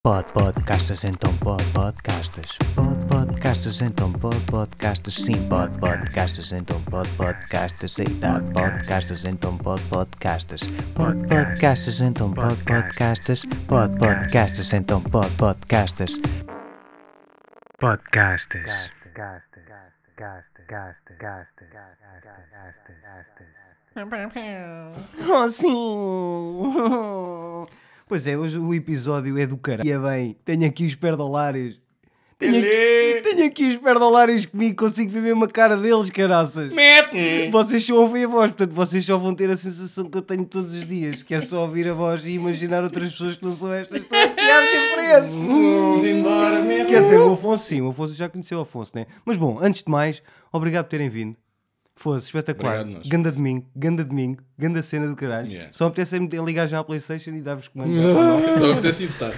Podcastas, então podcastas. Podcastas, então podcastas. Sim, podcastas, então podcastas. Eita, podcastas, então podcastas. Podcastas, então podcastas. Podcastas, então podcastas. Podcastas. Oh, sim! Pois é, hoje o episódio é do caralho. E é bem, tenho aqui os perdolários. Tenho aqui os perdolários comigo, consigo ver mesmo a cara deles, caraças. Vocês só ouvem a voz, portanto vocês só vão ter a sensação que eu tenho todos os dias, que é só ouvir a voz e imaginar outras pessoas que não são estas. Estão a piar diferente. Vamos embora, Quer dizer, o Afonso sim, o Afonso já conheceu o Afonso, né? Mas bom, antes de mais, obrigado por terem vindo. Fosse espetacular. Obrigado, nós. Ganda domingo, ganda cena do caralho. Yeah. Só apetece ligar já à PlayStation e dar-vos comando. Só apetece ir votar.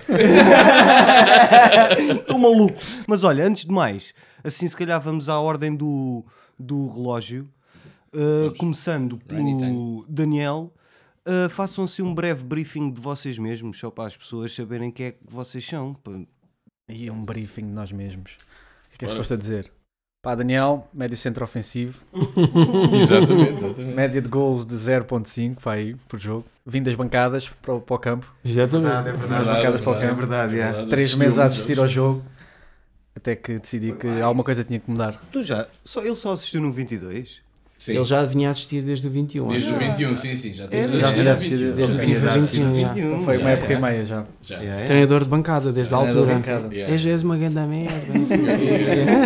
Estou maluco. Mas olha, antes de mais, assim se calhar vamos à ordem do relógio. Começando Rainy pelo Daniel. Façam-se um breve briefing de vocês mesmos, só para as pessoas saberem quem é que vocês são. E um briefing de nós mesmos. O que é Bora. suposto a dizer? Pá, Daniel, médio centro ofensivo, Exatamente. média de gols de 0.5 para aí, por jogo. Vindo das bancadas para o campo. Exatamente. As bancadas para o campo. verdade, é. 3 meses a assistir ao jogo. Até que decidi que alguma coisa tinha que mudar. Ele só assistiu no 22? Sim. Ele já vinha a assistir desde o 21. Desde o 21, sim, já tens Já vinha a desde assistir o 21. desde o Vinha já a assistir no 21, já. 21. Então foi uma Já, época já. e meia já. Já. Yeah. Treinador de bancada desde a Treinador de altura. bancada. Yeah. És uma grande merda. Não sei o quê.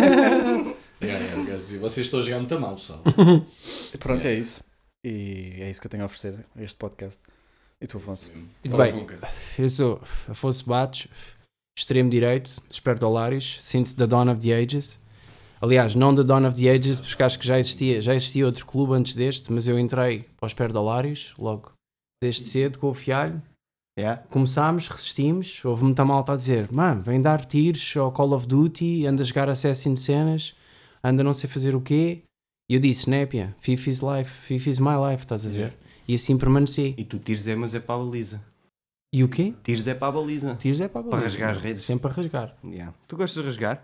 Vocês estão a jogar muito mal, pessoal. Pronto, é isso. E é isso que eu tenho a oferecer a este podcast. E tu, Afonso? Bem, eu sou Afonso Bates, extremo direito, dos perdolários, sinto da Dawn of the Ages. Aliás, não da Dawn of the Ages, porque acho que já existia outro clube antes deste, mas eu entrei aos perdolários, logo desde cedo, com o fialho. Yeah. Começámos, resistimos, houve muita malta a dizer: mano, vem dar tiros ao Call of Duty, anda a jogar Assassin's cenas, anda não sei fazer o quê. E eu disse: népia, FIFA is life, FIFA is my life, estás a ver? Yeah. E assim permaneci. E tu tiros mas é para a baliza. E o quê? Tiros é para a baliza. Tiros é para a Para baliza. rasgar as redes. Sempre a rasgar. Yeah. Tu gostas de rasgar?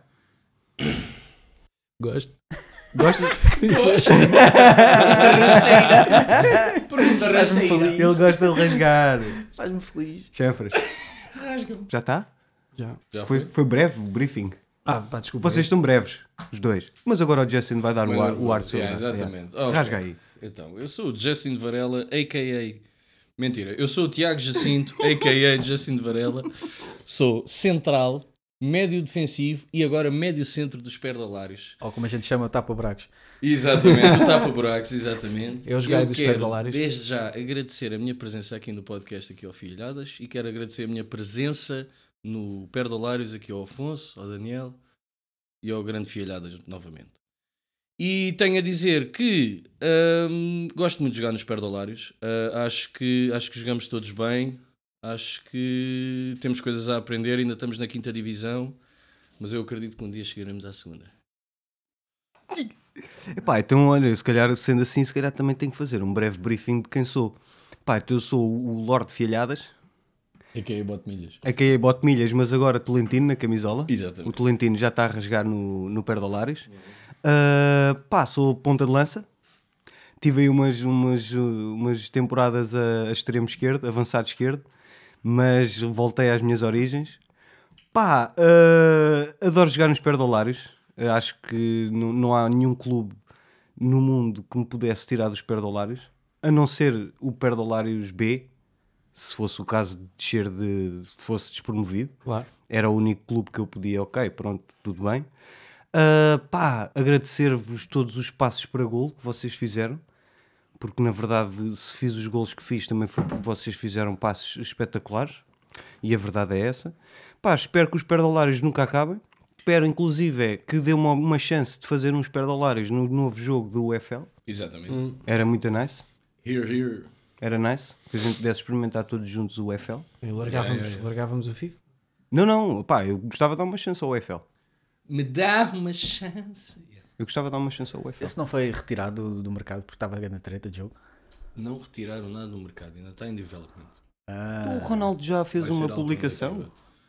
Gosto. Gostas? Pergunta rasteira. Ele gosta de rasgar. Faz-me feliz. Chefres. Já está? Já. Já Foi breve o briefing. Pá, desculpa. Vocês estão breves, os dois. Mas agora o Justin vai dar o ar Mas, sobre exatamente. Yeah. Ok. Rasga aí. Então, eu sou o Justin Varela, a.k.a. Mentira, eu sou o Tiago Jacinto, a.k.a. Justin Varela. Sou central, médio defensivo e agora médio centro dos perdolários. Ou como a gente chama, tapa-buracos. Exatamente, o tapa-buracos, exatamente. Eu joguei dos quero, perdolários. desde já, agradecer a minha presença aqui no podcast, aqui ao Filhadas, e quero agradecer a minha presença no Perdolários, aqui ao Afonso, ao Daniel e ao grande Filhadas, novamente. E tenho a dizer que gosto muito de jogar nos Perdolários. Acho que jogamos todos bem. Acho que temos coisas a aprender. Ainda estamos na 5ª divisão. Mas eu acredito que um dia chegaremos à 2ª. Epá, então olha, se calhar sendo assim, se calhar também tenho que fazer um breve briefing de quem sou. Pá, então eu sou o Lorde Fialhadas, A.k.a. Botemilhas. a.k.a. Botemilhas, mas agora Tolentino na camisola. Exatamente. O Tolentino já está a rasgar no Perdolários. Pá, sou ponta de lança. Tive aí umas temporadas a extremo esquerdo, avançado esquerdo, mas voltei às minhas origens. Pá, adoro jogar nos Perdolários. Acho que não há nenhum clube no mundo que me pudesse tirar dos Perdolários, a não ser o Perdolários B, se fosse o caso de descer se fosse despromovido. Claro. Era o único clube que eu podia, ok, pronto, tudo bem. Pá, agradecer-vos todos os passos para golo que vocês fizeram, porque na verdade se fiz os golos que fiz também foi porque vocês fizeram passos espetaculares, e a verdade é essa. Pá, espero que os perdolários nunca acabem. Espero inclusive que dê uma chance de fazer uns perdolários no novo jogo do UFL. Exatamente. Era muito nice. Here. Era nice que a gente pudesse experimentar todos juntos o UFL. E largávamos o FIFA. Não, pá, eu gostava de dar uma chance ao UFL. Me dá uma chance. Eu gostava de dar uma chance ao UFL. Esse não foi retirado do mercado porque estava a grande treta de jogo? Não retiraram nada do mercado, ainda está em development. O Ronaldo já fez Vai uma ser publicação. alternativa.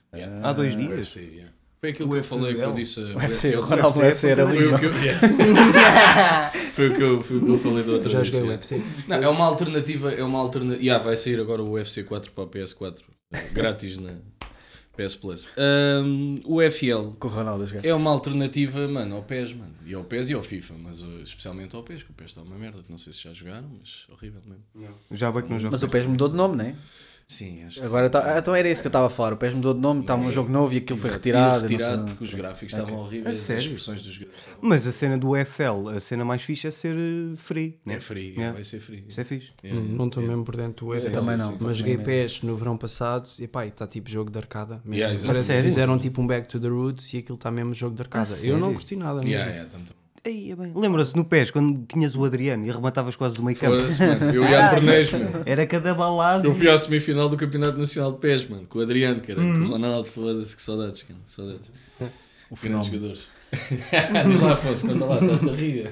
Yeah. Há 2 O dias? UFC, yeah. Foi aquilo que eu falei, que eu disse. O UFC, o Ronaldo no UFC era Foi lindo. o que eu, foi o que eu falei da outra Já vez. joguei o yeah. UFC. Não, é uma alternativa. Vai sair agora o UFC 4 para a PS4, grátis na PS Plus. O FL Com o Ronaldo a jogar. é uma alternativa, mano, ao PES, mano. E ao PES e ao FIFA, mas especialmente ao PES, que o PES está uma merda. Não sei se já jogaram, mas horrível mesmo. Já vai que não jogo. Mas o PES mudou de nome, não é? Sim, acho que Agora sim. então era isso que eu estava a falar. O PES mudou de nome, estava um jogo novo e aquilo foi Exato. retirado. E retirado não sei- porque os gráficos estavam A horríveis, as sério? expressões dos jogadores estavam Mas a cena do FL, a cena mais fixe é ser free, né? É free, Yeah. vai ser free. Isso é fixe. Yeah, Não estou yeah. mesmo por dentro do Sim, UFC. sim, também sim, não. sim. Mas joguei Também PES no verão passado e pá, está tipo jogo de arcada mesmo. Yeah, exato. Parece que Sério? fizeram tipo um back to the roots e aquilo está mesmo jogo de arcada. Eu sério? não curti nada mesmo. Yeah, yeah, tam. Aí, é bem. Lembra-se no PES, quando tinhas o Adriano e arrematavas quase do meio campo? Foda-se, mano. Eu ia a torneios, meu. Era cada balada. Eu fui à semifinal do Campeonato Nacional de PES, mano, com o Adriano, cara, com o Ronaldo, foda-se, que saudades, cara, saudades. O Grandes fenómeno. jogadores. Diz lá, Afonso, conta lá, estás-te a rir.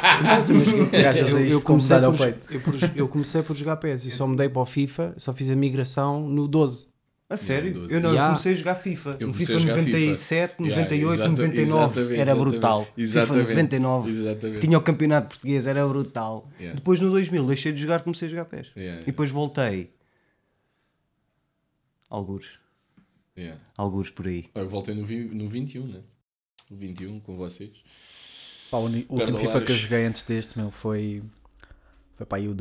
Eu comecei ao por, peito. eu comecei por jogar PES e só mudei para o FIFA, só fiz a migração no 12. A sério? Não, Eu não, Yeah. eu comecei a jogar FIFA. Eu no comecei FIFA a jogar 97, FIFA. 98, Yeah, 99. exatamente, Era brutal. exatamente. FIFA 99. Exatamente. Tinha o campeonato português, era brutal. Yeah. Depois no 2000 deixei de jogar, comecei a jogar PES. Yeah, E depois voltei. Algures. yeah. Algures por aí. Eu voltei no 21, né? O 21 com vocês. Pá, o último Perde FIFA Lares. que eu joguei antes deste, meu, foi pá, aí o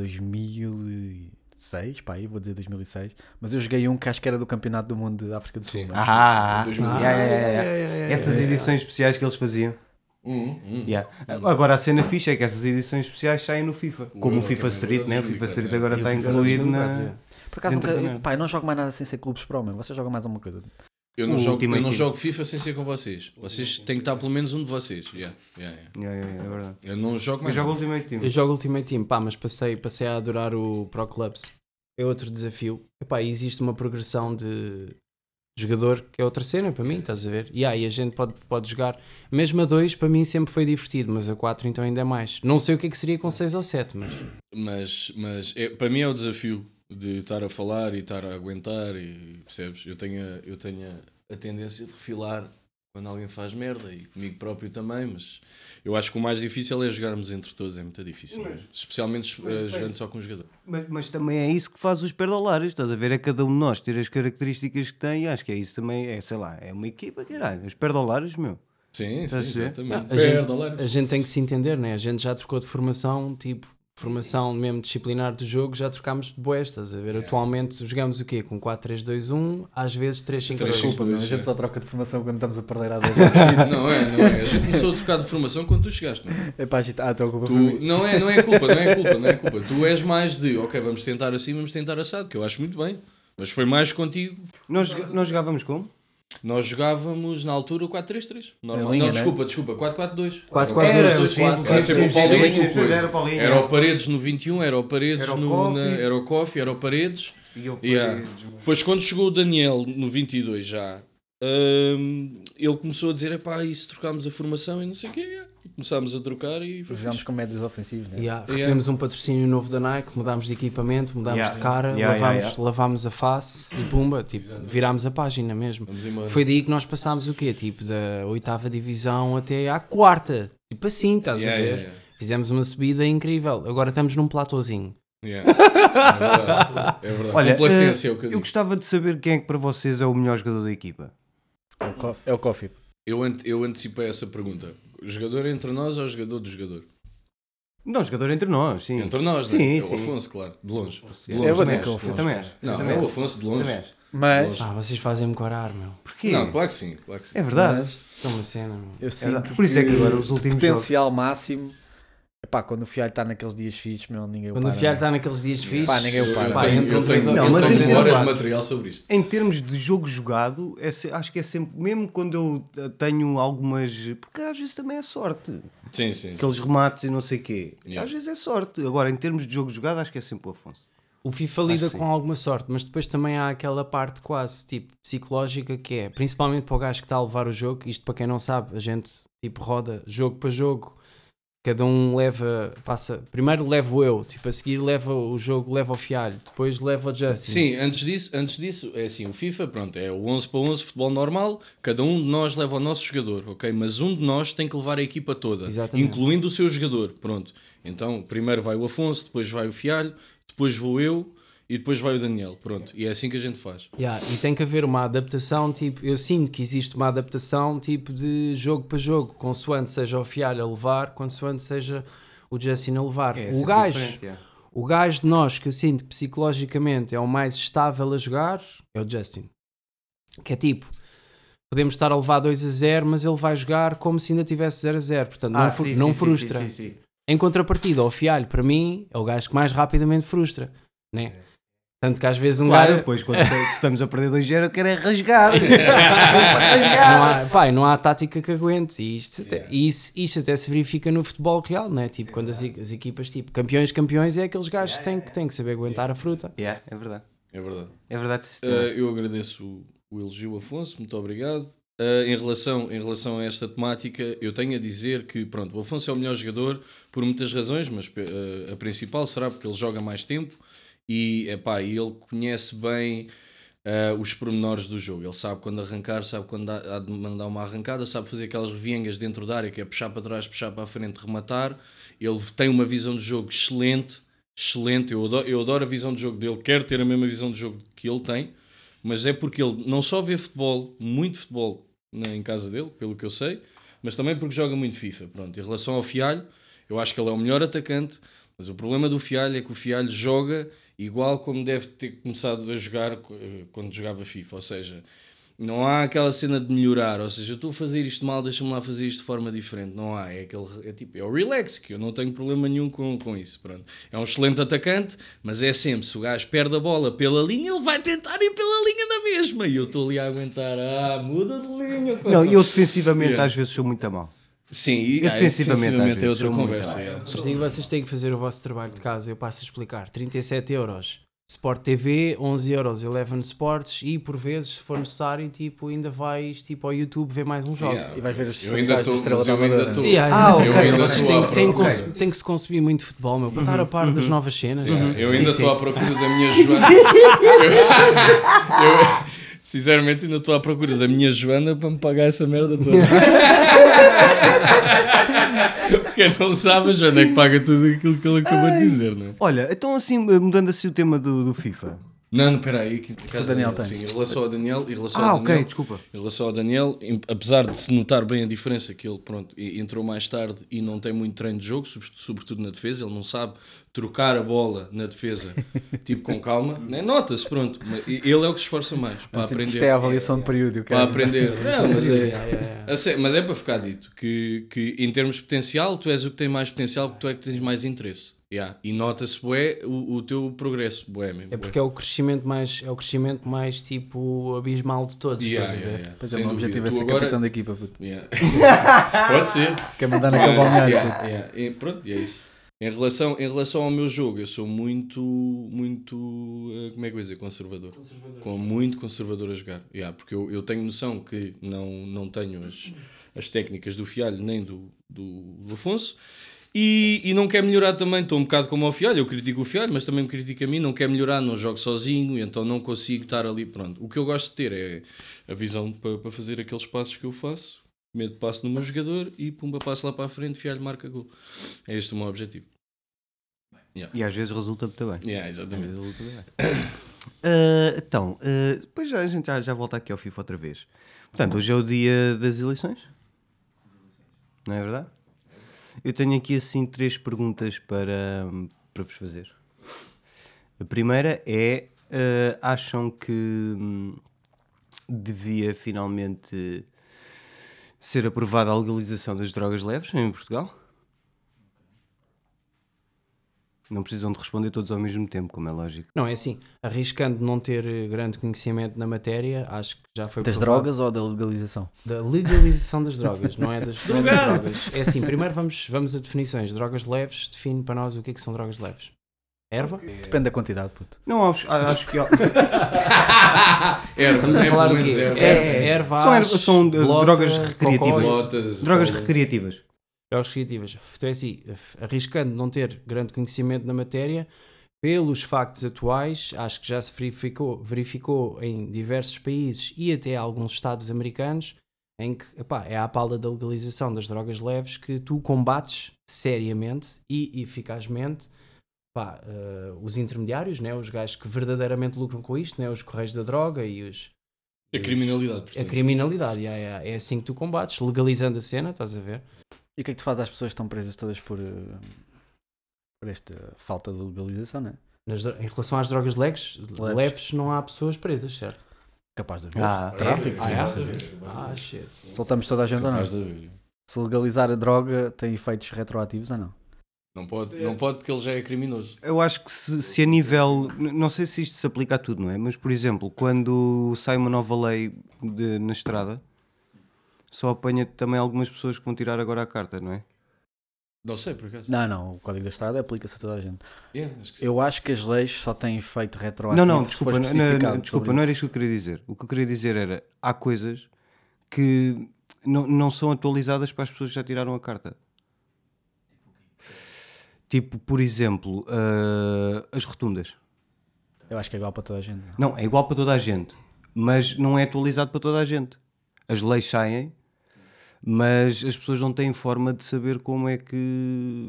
2006, pá, aí vou dizer 2006, mas eu joguei um que acho que era do Campeonato do Mundo da África do Sul. Sim. né? Ah, 2000. Essas edições especiais que eles faziam. Yeah. Agora a cena fixa é que essas edições especiais saem no FIFA. Como o Euro FIFA também, Street, né? O Euro FIFA 2004, Street agora E o está FIFA incluído 2004, na. Por acaso, Dentro nunca, também. pá, eu não jogo mais nada sem ser clubes pro, meu. Vocês jogam mais alguma coisa? Eu não, O jogo, Ultimate eu não Team. jogo FIFA sem ser com vocês. Vocês têm que estar pelo menos um de vocês. Yeah. É verdade. Eu não jogo Eu mais. jogo nada. Ultimate Team. Eu jogo Ultimate Team, pá, mas passei a adorar o Pro Clubs. É outro desafio. Epá, e existe uma progressão de jogador que é outra cena para mim, estás a ver? E a gente pode jogar. Mesmo a 2 para mim sempre foi divertido, mas a 4 então ainda é mais. Não sei o que é que seria com 6 ou 7, mas... Mas para mim é o desafio de estar a falar e estar a aguentar e percebes? Eu tenho a tendência de refilar quando alguém faz merda e comigo próprio também, mas eu acho que o mais difícil é jogarmos entre todos, é muito difícil mesmo. Especialmente jogando só com um jogador. Mas também é isso que faz os perdolares, estás a ver? É cada um de nós ter as características que tem, e acho que é isso também, é, sei lá, é uma equipa, caralho. Os perdolares, meu. Sim, Estás a ver? exatamente. A gente tem que se entender, né? A gente já trocou de formação, tipo, formação mesmo disciplinar do jogo, já trocámos de boés, estás a ver? Atualmente jogamos o quê? Com 4-3-2-1, às vezes 3-5-2. Desculpa, meu, a Pois, gente é. só troca de formação quando estamos a perder há 10 anos. Não é. A gente começou a trocar de formação quando tu chegaste, não é? É pá, a gente... então a culpa foi minha. Não é culpa. Tu és mais de, ok, vamos tentar assim, vamos tentar assado, que eu acho muito bem. Mas foi mais contigo. Nós jogávamos como? Nós jogávamos na altura o 4-3-3. Normal. linha, Não, né? desculpa, 4-4-2. 4-4-2. Era, sim, Era sempre o Paulinho. Pois era o Paulinho. Era o Paredes no 21, era o Paredes Era o no. Coffee. Era o Coffee, era o Paredes. E eu Yeah. Depois, quando chegou o Daniel no 22 já, ele começou a dizer: epá, e se trocámos a formação e não sei o quê. E começámos a trocar e foi Jogámos fixe. com médios ofensivos, né? Recebemos um patrocínio novo da Nike, mudámos de equipamento, mudámos de cara, lavámos a face e pumba, tipo, virámos a página mesmo. Vamos embora. Foi daí que nós passámos o quê? Tipo, da 8ª divisão até à 4ª. Tipo assim, estás a ver? Fizemos uma subida incrível. Agora estamos num platôzinho. Yeah. É verdade. Olha, Complacência é o que eu eu digo. gostava de saber quem é que para vocês é o melhor jogador da equipa. É o Coffee. Eu antecipei essa pergunta. O jogador entre nós ou o jogador do jogador? Não, jogador entre nós, sim. Entre nós, Sim, né? É o sim. Afonso, claro. De longe. De Eu longe, vou de dizer longe, que de Eu longe. também acho. Não, também é o acho. Afonso de Eu também longe. acho. Mas Vocês fazem-me corar, meu. Porquê? Não, claro que sim. Claro que sim. É verdade. mas Isto é uma cena, meu. eu É verdade. sinto Por isso é que agora os últimos jogos... potencial máximo. Epá, quando o Fialho está naqueles dias fixos, meu, ninguém o Quando para. o Fialho meu. está naqueles dias fixos... Pá, ninguém o para. Eu Pá, tenho, entram eu três tenho, ou- Não, mas eu tenho entre horas de quatro. material sobre isto. Em termos de jogo jogado, acho que é sempre, mesmo quando eu tenho algumas, porque às vezes também é sorte, Sim. aqueles remates e não sei o quê, Yeah. às vezes é sorte. Agora, em termos de jogo jogado, acho que é sempre o Afonso. O FIFA lida que sim. com alguma sorte, mas depois também há aquela parte quase tipo psicológica que é, principalmente para o gajo que está a levar o jogo, isto para quem não sabe, a gente tipo roda jogo para jogo, cada um passa, primeiro levo eu, tipo, a seguir leva o jogo, leva o Fialho, depois leva o Justin. Sim, antes disso, é assim, o FIFA, pronto, é o 11 para 11, futebol normal, cada um de nós leva o nosso jogador, ok? Mas um de nós tem que levar a equipa toda, Exatamente. incluindo o seu jogador, pronto. Então, primeiro vai o Afonso, depois vai o Fialho, depois vou eu e depois vai o Daniel, pronto. E é assim que a gente faz. E tem que haver uma adaptação, tipo, eu sinto que existe uma adaptação, tipo, de jogo para jogo, consoante seja o Fialho a levar, consoante seja o Justin a levar. O gajo de nós que eu sinto que psicologicamente é o mais estável a jogar é o Justin. Que é tipo, podemos estar a levar 2-0, mas ele vai jogar como se ainda tivesse 0-0, portanto não frustra. Sim. Em contrapartida, o Fialho, para mim, é o gajo que mais rapidamente frustra, né? Tanto que às vezes Claro, gajo... depois quando estamos a perder 2-0 eu quero é rasgar. Não há tática que aguente. E isto até se verifica no futebol real, né? Tipo, quando as equipas, tipo, campeões, é aqueles gajos que têm que saber aguentar a fruta. É verdade. É verdade. É verdade. Eu agradeço o elogio, Afonso, muito obrigado. Em relação a esta temática, eu tenho a dizer que, pronto, o Afonso é o melhor jogador por muitas razões, mas a principal será porque ele joga mais tempo e ele conhece bem os pormenores do jogo. Ele sabe quando arrancar, sabe quando há de mandar uma arrancada, sabe fazer aquelas reviengas dentro da área, que é puxar para trás, puxar para a frente, rematar. Ele tem uma visão de jogo excelente. Eu adoro a visão de jogo dele, quero ter a mesma visão de jogo que ele tem, mas é porque ele não só vê futebol, muito futebol em casa dele, pelo que eu sei, mas também porque joga muito FIFA. Pronto, em relação ao Fialho, eu acho que ele é o melhor atacante, mas o problema do Fialho é que o Fialho joga igual como deve ter começado a jogar quando jogava FIFA, ou seja, não há aquela cena de melhorar, ou seja, eu estou a fazer isto mal, deixa-me lá fazer isto de forma diferente, não há, é o relax, que eu não tenho problema nenhum com isso, pronto. É um excelente atacante, mas é sempre, se o gajo perde a bola pela linha, ele vai tentar ir pela linha na mesma, e eu estou ali a aguentar, muda de linha. Não, eu defensivamente às vezes sou muito a mal. Sim, e defensivamente é outra conversa. Mas digo, vocês têm que fazer o vosso trabalho de casa, eu passo a explicar, 37€. Sport TV, 11€, Eleven Sports e por vezes, se for necessário, tipo, ainda vais tipo, ao YouTube ver mais um jogo. E vais ver os Eu ainda estou. Vocês têm que se consumir muito futebol, meu, para estar a par das novas cenas. Eu ainda estou à procura da minha Joana. Sinceramente, ainda estou à procura da minha Joana para me pagar essa merda toda. Quem não sabe, a Joana é que paga tudo aquilo que ele acabou de dizer, não é? Olha, então assim, mudando assim o tema do FIFA. Não, espera aí. O Daniel tem. Sim, em relação ao Daniel, Desculpa. Em relação ao Daniel, apesar de se notar bem a diferença que ele, pronto, entrou mais tarde e não tem muito treino de jogo, sobretudo na defesa, ele não sabe trocar a bola na defesa, tipo com calma, né? Nota-se, pronto, ele é o que se esforça mais para aprender. Isto é a avaliação de período. Para aprender. Não, mas é para ficar dito que em termos de potencial, tu és o que tem mais potencial, porque tu é que tens mais interesse. E nota-se bué o teu progresso, bué mesmo. É porque é o crescimento mais tipo abismal de todos. Pois é, o meu objetivo é ser capitão da equipa. Puto. Pode ser. Quer mandar naquele balneário. E pronto, e é isso. Em relação ao meu jogo, eu sou muito como é que eu vou dizer, conservador. Muito conservador a jogar. Porque eu tenho noção que não tenho as técnicas do Fialho nem do Afonso. E não quer melhorar também, estou um bocado como ao Fialho, eu critico o Fialho, mas também me critico a mim, não quer melhorar, não jogo sozinho, então não consigo estar ali, pronto. O que eu gosto de ter é a visão para fazer aqueles passos que eu faço, medo passo no meu jogador e pumba, passo lá para a frente, Fialho marca gol. É este o meu objetivo. E às vezes resulta muito bem. Exatamente. Então, depois a gente já volta aqui ao FIFA outra vez. Portanto, hoje é o dia das eleições, não é verdade? Eu tenho aqui assim 3 perguntas para vos fazer. A primeira é, acham que devia finalmente ser aprovada a legalização das drogas leves em Portugal? Não precisam de responder todos ao mesmo tempo, como é lógico. Não, é assim, arriscando não ter grande conhecimento na matéria, acho que já foi Das provado. drogas ou da legalização? Da legalização das drogas, não é das drogas. É assim, primeiro vamos a definições. Drogas leves, define para nós o que é que são drogas leves. Erva? Depende da quantidade, puto. Não, acho que... Estamos a falar o quê? Erva, São drogas recreativas. Blotas, Drogas recreativas. Drogas recreativas. Então é assim, arriscando não ter grande conhecimento na matéria, pelos factos atuais, acho que já se verificou em diversos países e até alguns estados americanos, em que é à pala da legalização das drogas leves que tu combates seriamente e eficazmente os intermediários, né, os gajos que verdadeiramente lucram com isto, né, os correios da droga e A criminalidade, portanto. a criminalidade. É assim que tu combates, legalizando a cena, estás a ver? E o que é que tu fazes às pessoas que estão presas todas por esta falta de legalização, não é? Em relação às drogas leves, não há pessoas presas, certo? Capaz de haver. Tráfico. Shit. Soltamos toda a gente ou não? Capaz de haver. Se legalizar a droga tem efeitos retroativos ou não? Não pode porque ele já é criminoso. Eu acho que se a nível... Não sei se isto se aplica a tudo, não é? Mas, por exemplo, quando sai uma nova lei na estrada, só apanha também algumas pessoas que vão tirar agora a carta, não é? Não sei, por acaso. Não, o Código da Estrada aplica-se a toda a gente. Acho que sim. Eu acho que as leis só têm efeito retroativo. Não, se for desculpa, especificado desculpa, sobre não era isso. isto que eu queria dizer. O que eu queria dizer era, há coisas que não são atualizadas para as pessoas que já tiraram a carta. Tipo, por exemplo, as rotundas. Eu acho que é igual para toda a gente. Não, é igual para toda a gente, mas não é atualizado para toda a gente. As leis saem, mas as pessoas não têm forma de saber como é que...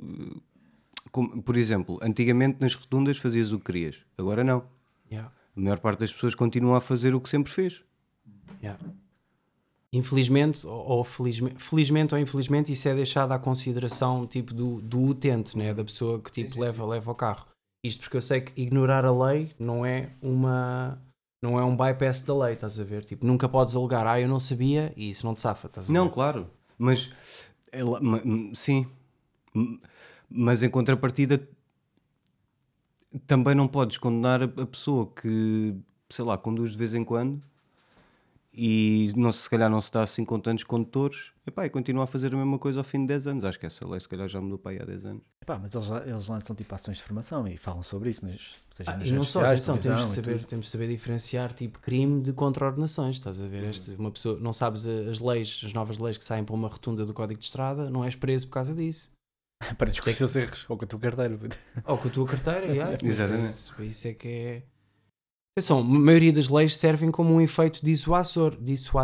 por exemplo, antigamente nas rotundas fazias o que querias, agora não. Yeah. A maior parte das pessoas continua a fazer o que sempre fez. Yeah. Infelizmente ou felizmente ou infelizmente, isso é deixado à consideração tipo do utente, né? Da pessoa que tipo leva o carro. Isto porque eu sei que ignorar a lei não é um bypass da lei, estás a ver? Tipo, nunca podes alegar, eu não sabia e isso não te safa, estás a ver? Não, claro, mas sim, mas em contrapartida também não podes condenar a pessoa que, sei lá, conduz de vez em quando e se calhar não se está assim com tantos condutores, e continua a fazer a mesma coisa ao fim de 10 anos. Acho que essa lei se calhar já mudou para aí há 10 anos. Mas eles lançam tipo ações de formação e falam sobre isso, seja nas E não redes só, sociais, atenção, temos televisão e de saber diferenciar tipo crime de contraordenações, estás a ver? Uma pessoa, não sabes as novas leis que saem para uma rotunda do Código de Estrada, não és preso por causa disso. tudo. Para discutir os seus erros, ou com a tua carteira. Ou com a tua carteira, Exatamente. Isso é que é... Atenção, a maioria das leis servem como um efeito dissuasor,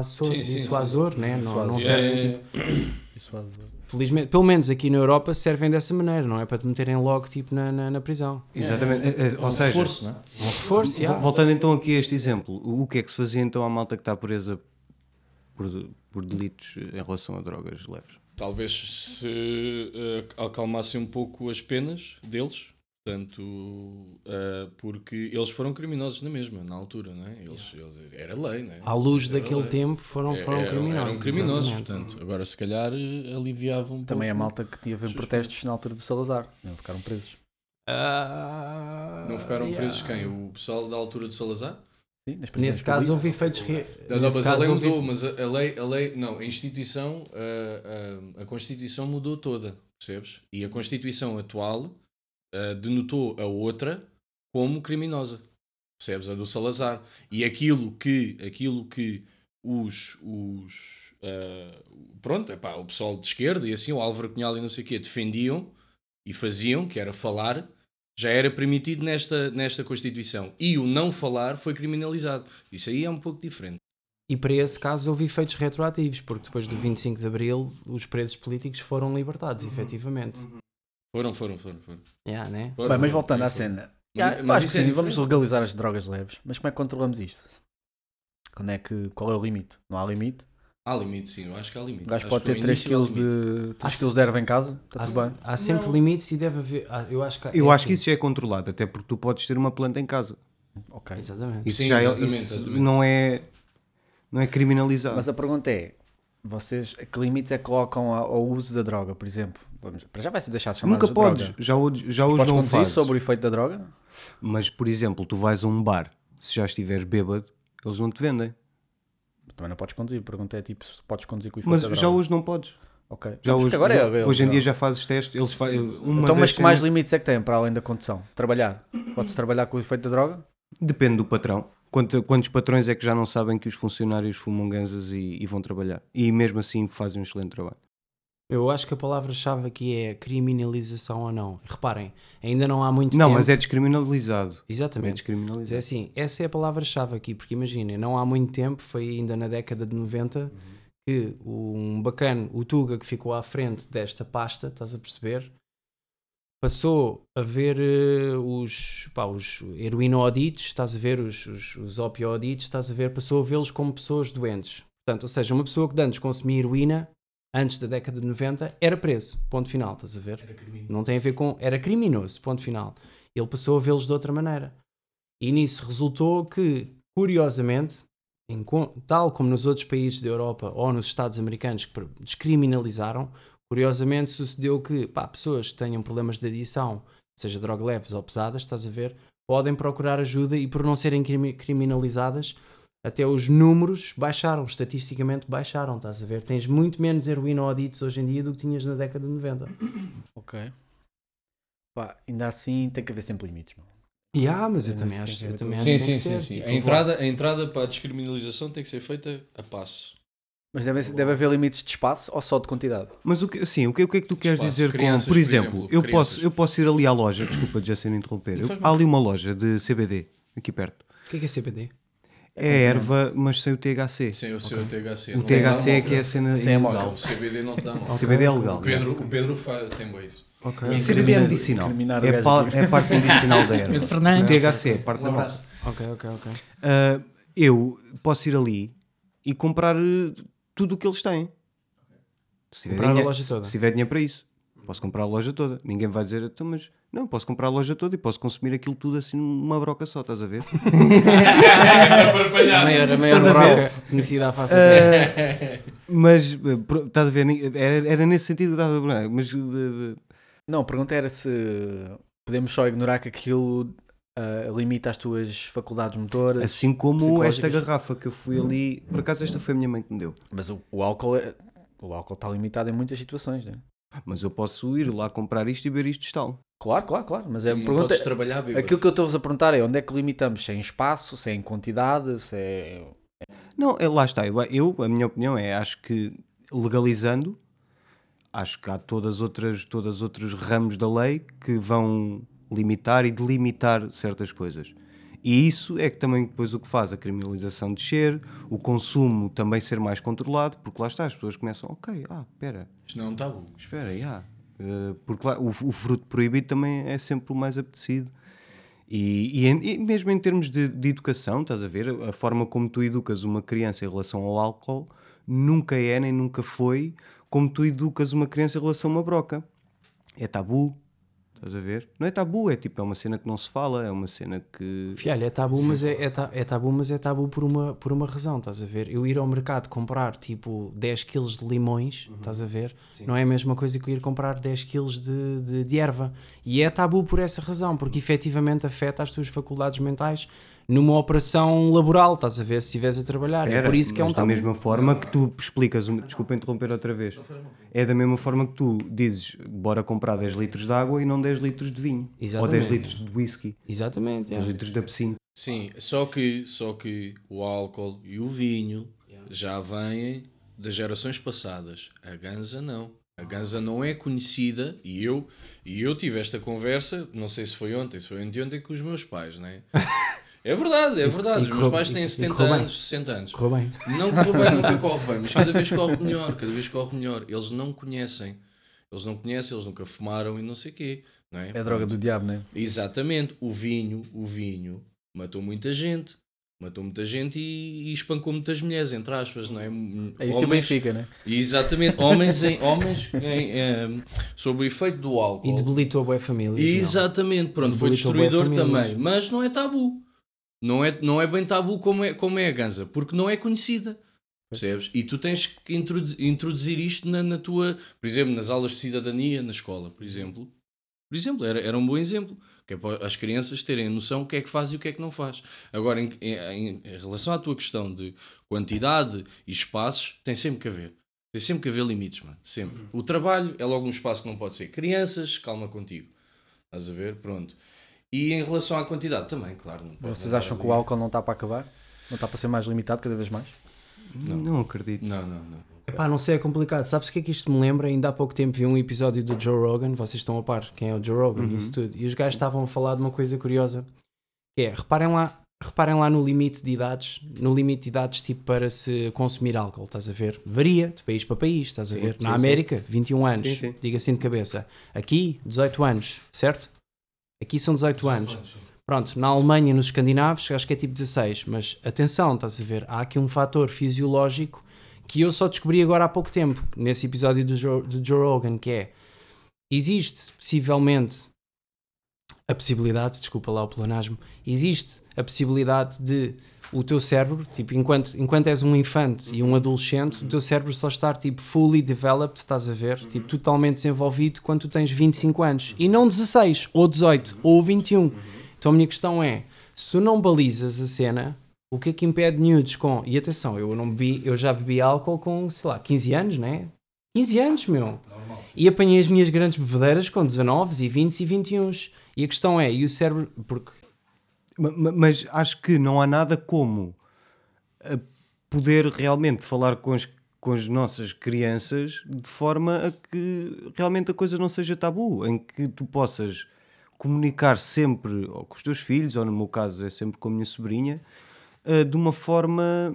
né? Não servem tipo... Felizmente, pelo menos aqui na Europa servem dessa maneira, não é para te meterem logo tipo na prisão. Exatamente. Ou seja, Reforço, não é? Um reforço, voltando então aqui a este exemplo, o que é que se fazia então à malta que está presa por delitos em relação a drogas leves? Talvez se acalmassem um pouco as penas deles, portanto, porque eles foram criminosos na mesma, na altura, não é? Eles era lei, não é? À luz Era daquele lei. tempo foram criminosos. Eram criminosos, exatamente. portanto, agora se calhar aliviavam um Também a pouco. malta que tinha a ver protestos na altura do Salazar, não ficaram presos. Não ficaram presos quem? O pessoal da altura de Salazar? Sim, nas prisões Nesse caso públicas. houve efeitos Não, mas a lei mudou, mas a lei, não, a instituição, a Constituição mudou toda, percebes? E a Constituição atual denotou a outra como criminosa, percebes? A do Salazar. E aquilo que o pessoal de esquerda e assim, o Álvaro Cunhal e não sei o quê, defendiam e faziam, que era falar, já era permitido nesta Constituição. E o não falar foi criminalizado. Isso aí é um pouco diferente. E para esse caso houve efeitos retroativos, porque depois do 25 de Abril os presos políticos foram libertados, efetivamente. Foram. Né? Bem, mas voltando à cena. Mas Acho que isso é sim, vamos diferente. legalizar as drogas leves, mas como é que controlamos isto? Qual é o limite? Não há limite? Há limite, sim, eu acho que há limite. O gajo Acho pode que ter ao 3 início há kg de erva em casa, está tudo bem. Há sempre limites e deve haver. Eu acho que, Eu acho que isso já é controlado, até porque tu podes ter uma planta em casa. Ok. Exatamente. Isso Sim, já exatamente. não é criminalizado. Mas a pergunta é, vocês que limites é que colocam ao uso da droga, por exemplo? Para já vai ser deixado de chamar Nunca de podes, droga. já hoje Podes não conduzir fazes. sobre o efeito da droga? Mas, por exemplo, tu vais a um bar, se já estiveres bêbado, eles não te vendem. Também não podes conduzir. A pergunta é tipo, se podes conduzir com o efeito Mas da droga. já hoje não podes. Ok. Já Porque hoje, agora hoje em dia já fazes testes. Eles Então, mas que mais limites é que têm para além da condução? Trabalhar. Podes trabalhar com o efeito da droga? Depende do patrão. Quantos patrões é que já não sabem que os funcionários fumam ganzas e vão trabalhar? E mesmo assim fazem um excelente trabalho. Eu acho que a palavra-chave aqui é criminalização ou não. Reparem, ainda não há muito Não, tempo... mas é descriminalizado. É Exatamente. Mas é descriminalizado. assim, essa é a palavra-chave aqui, porque imaginem, não há muito tempo, foi ainda na década de 90, que um bacana, o Tuga, que ficou à frente desta pasta, estás a perceber, passou a ver os heroíno-oditos, estás a ver, os opio-oditos, estás a ver, passou a vê-los como pessoas doentes. Portanto, ou seja, uma pessoa que de antes consumia heroína, antes da década de 90, era preso, ponto final, estás a ver? Não tem a ver com... Era criminoso, ponto final. Ele passou a vê-los de outra maneira. E nisso resultou que, curiosamente, tal como nos outros países da Europa ou nos Estados americanos que descriminalizaram, curiosamente sucedeu que pessoas que tenham problemas de adição, seja drogas leves ou pesadas, estás a ver, podem procurar ajuda e por não serem criminalizadas, até os números baixaram, estatisticamente baixaram, estás a ver? Tens muito menos heroíno-oditos hoje em dia do que tinhas na década de 90. Ok. Pá, ainda assim tem que haver sempre limites, mano. Mas eu também acho Sim, que tem que ser. sim. Tipo, A entrada para a descriminalização tem que ser feita a passo. Mas deve haver limites de espaço ou só de quantidade? Mas o que é que tu queres Espaço, dizer crianças, com... Por exemplo, crianças. eu posso ir ali à loja, desculpa já sendo interromper, Não faz mal. há ali uma loja de CBD, aqui perto. O que é CBD? É erva, mas sem o THC. Sem o seu THC. O não THC é dá que é a cena Sem a mal. ilegal. Não, o CBD não te dá mal. O CBD é Ok. legal. O Pedro tem bem isso. Ok. O CBD é medicinal. Incriminar o É, gajo aqui. é a parte medicinal da erva. Pedro Fernandes. O THC é a parte Um da mal. abraço. Ok. Eu posso ir ali e comprar tudo o que eles têm. Se tiver Comprar a dinheiro- loja toda. Se tiver dinheiro para isso. Posso comprar a loja toda. Ninguém vai dizer, então, mas não, posso comprar a loja toda e posso consumir aquilo tudo assim numa broca só, estás a ver? A maior Estás a broca conhecida à face da terra. Mas, estás a ver, era nesse sentido que estava a falar, mas Não, a pergunta era se podemos só ignorar que aquilo limita as tuas faculdades motoras. assim como esta psicológicas. garrafa que eu fui ali, por acaso esta foi a minha mãe que me deu, Mas o álcool está limitado em muitas situações, né? mas eu posso ir lá comprar isto e ver isto tal. Claro. Mas a Não pergunta podes trabalhar, bêbado. aquilo que eu estou-vos a perguntar é onde é que limitamos? Se é em espaço, se é em quantidade, se é... Não, lá está, a minha opinião é, acho que legalizando, acho que há todas os outros ramos da lei que vão limitar e delimitar certas coisas. E isso é que também depois o que faz a criminalização descer, o consumo também ser mais controlado, porque lá está, as pessoas começam, espera, Isto não é um tabu. porque lá, o fruto proibido também é sempre o mais apetecido. E mesmo em termos de educação, estás a ver, a forma como tu educas uma criança em relação ao álcool nunca é nem nunca foi como tu educas uma criança em relação a uma broca. É tabu, estás a ver? Não é tabu, é tipo, é uma cena que não se fala, é uma cena que... Filho, é tabu, mas é tabu por uma razão, estás a ver? Eu ir ao mercado comprar tipo 10 kg de limões, estás a ver? Não é a mesma coisa que eu ir comprar 10 kg de erva. E é tabu por essa razão, porque efetivamente afeta as tuas faculdades mentais numa operação laboral, estás a ver? Se estiveres a trabalhar. É por isso que é um mas da tabu. mesma forma que tu explicas, desculpa interromper outra vez, é da mesma forma que tu dizes, bora comprar 10 litros de água e não 10 litros de vinho, Exatamente. ou 10 litros de whisky, Exatamente. 10 litros de absinto. Sim, só que o álcool e o vinho já vêm das gerações passadas. A ganza não. A ganza não é conhecida e eu tive esta conversa, não sei se foi ontem, se foi anteontem, com os meus pais, não é? É verdade. Os meus pais têm 70 correu bem. anos, 60 anos. Correu bem. Não corre bem, nunca corre bem, mas cada vez corre melhor. Eles não conhecem, eles nunca fumaram e não sei o quê. Não é? É a droga do diabo, né? Exatamente, o vinho matou muita gente e espancou muitas mulheres, entre aspas, não é? É isso e o Benfica, né? Exatamente, homens sob o efeito do álcool. E debilitou a boa família. Exatamente, pronto, foi Debilitou bué destruidor famílias. também, mas não é tabu. Não é bem tabu como é a ganza, porque não é conhecida. Percebes? E tu tens que introduzir isto na tua, por exemplo, nas aulas de cidadania na escola, por exemplo. Era um bom exemplo, que é para as crianças terem noção o que é que faz e o que é que não faz. Agora, em relação à tua questão de quantidade e espaços, tem sempre que haver limites, mano. Sempre. O trabalho é logo um espaço que não pode ser. Crianças, calma contigo. Estás a ver? Pronto. E em relação à quantidade também, claro. Não pode Vocês andar acham que ali. o álcool não está para acabar? Não está para ser mais limitado cada vez mais? Não acredito. Não. Epá, não sei, é complicado. Sabes o que é que isto me lembra? Ainda há pouco tempo vi um episódio do Joe Rogan. Vocês estão a par quem é o Joe Rogan e isso tudo. E os gajos estavam a falar de uma coisa curiosa. Que é, reparem lá no limite de idades. No limite de idades tipo para se consumir álcool, estás a ver? Varia de país para país, estás a ver? Na América, 21 anos. Sim. Diga assim de cabeça. Aqui, 18 anos, certo? Aqui são 18 anos. Pronto, na Alemanha, nos escandinavos, acho que é tipo 16. Mas atenção, estás a ver? Há aqui um fator fisiológico que eu só descobri agora há pouco tempo, nesse episódio do Joe Rogan, que é, existe possivelmente a possibilidade, desculpa lá o pleonasmo, existe a possibilidade de o teu cérebro, tipo, enquanto és um infante e um adolescente, o teu cérebro só estar tipo fully developed, estás a ver? Tipo, totalmente desenvolvido quando tu tens 25 anos. E não 16, ou 18, ou 21. Então a minha questão é, se tu não balizas a cena, o que é que impede miúdos com... E atenção, eu já bebi álcool com, sei lá, 15 anos, né? 15 anos, meu. Normal, e apanhei as minhas grandes bebedeiras com 19 e 20 e 21. E a questão é, e o cérebro... Porque... Mas acho que não há nada como poder realmente falar com as nossas crianças de forma a que realmente a coisa não seja tabu, em que tu possas comunicar sempre ou com os teus filhos, ou no meu caso é sempre com a minha sobrinha, de uma forma...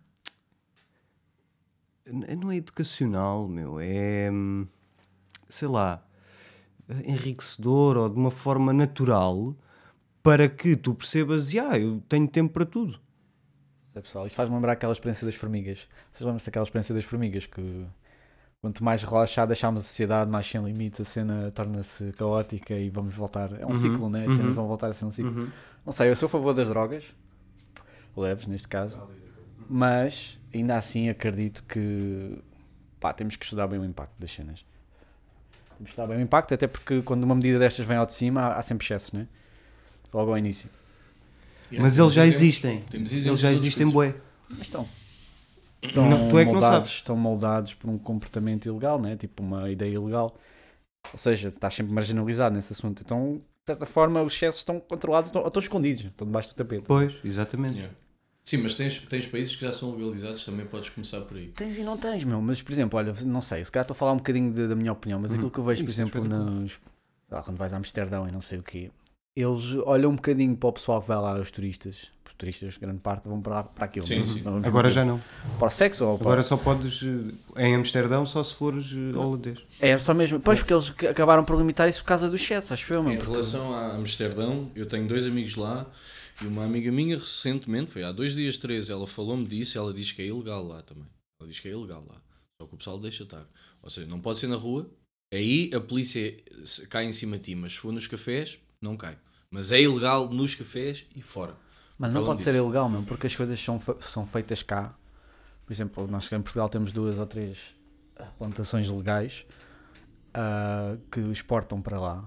Não é educacional, meu, é... sei lá, enriquecedor, ou de uma forma natural, para que tu percebas, eu tenho tempo para tudo. Pessoal, isto faz-me lembrar aquela experiência das formigas. Vocês lembram-se daquela experiência das formigas que quanto mais relaxado deixamos a sociedade, mais sem limites, a cena torna-se caótica e vamos voltar. É um ciclo, né? As cenas vão voltar a ser um ciclo. Não sei, eu sou a favor das drogas, leves neste caso, mas ainda assim acredito que temos que estudar bem o impacto das cenas. Temos que estudar bem o impacto, até porque quando uma medida destas vem ao de cima há sempre excessos, né? Logo ao início. Mas eles já existem. Eles já existem, bué. Mas estão Tu é que não sabes. Estão moldados por um comportamento ilegal, né? Tipo uma ideia ilegal. Ou seja, estás sempre marginalizado nesse assunto. Então, de certa forma, os excessos estão controlados, estão escondidos, estão debaixo do tapete. Pois, exatamente. Yeah. Sim, mas tens países que já são legalizados, também podes começar por aí. Tens e não tens, meu. Mas, por exemplo, olha, não sei, se calhar estou a falar um bocadinho da minha opinião, mas aquilo que eu vejo, por exemplo, quando vais a Amsterdão e não sei o quê, eles olham um bocadinho para o pessoal que vai lá, os turistas, grande parte vão para aquilo. Sim, sim. Agora já não. Para o sexo ou para... Agora só podes, em Amsterdão, só se fores holandês. É só mesmo, pois, porque eles acabaram por limitar isso por causa do excesso, acho eu, meu. Em relação a Amsterdão, eu tenho 2 amigos lá e uma amiga minha recentemente, foi há 2 dias, 3, ela falou-me disso, ela diz que é ilegal lá também. Ela diz que é ilegal lá, só que o pessoal deixa estar. Ou seja, não pode ser na rua, aí a polícia cai em cima de ti, mas se for nos cafés, não cai. Mas é ilegal nos cafés e fora. Mas não pode ser ilegal, meu, porque as coisas são feitas cá. Por exemplo, nós em Portugal temos 2 ou 3 plantações legais que exportam para lá.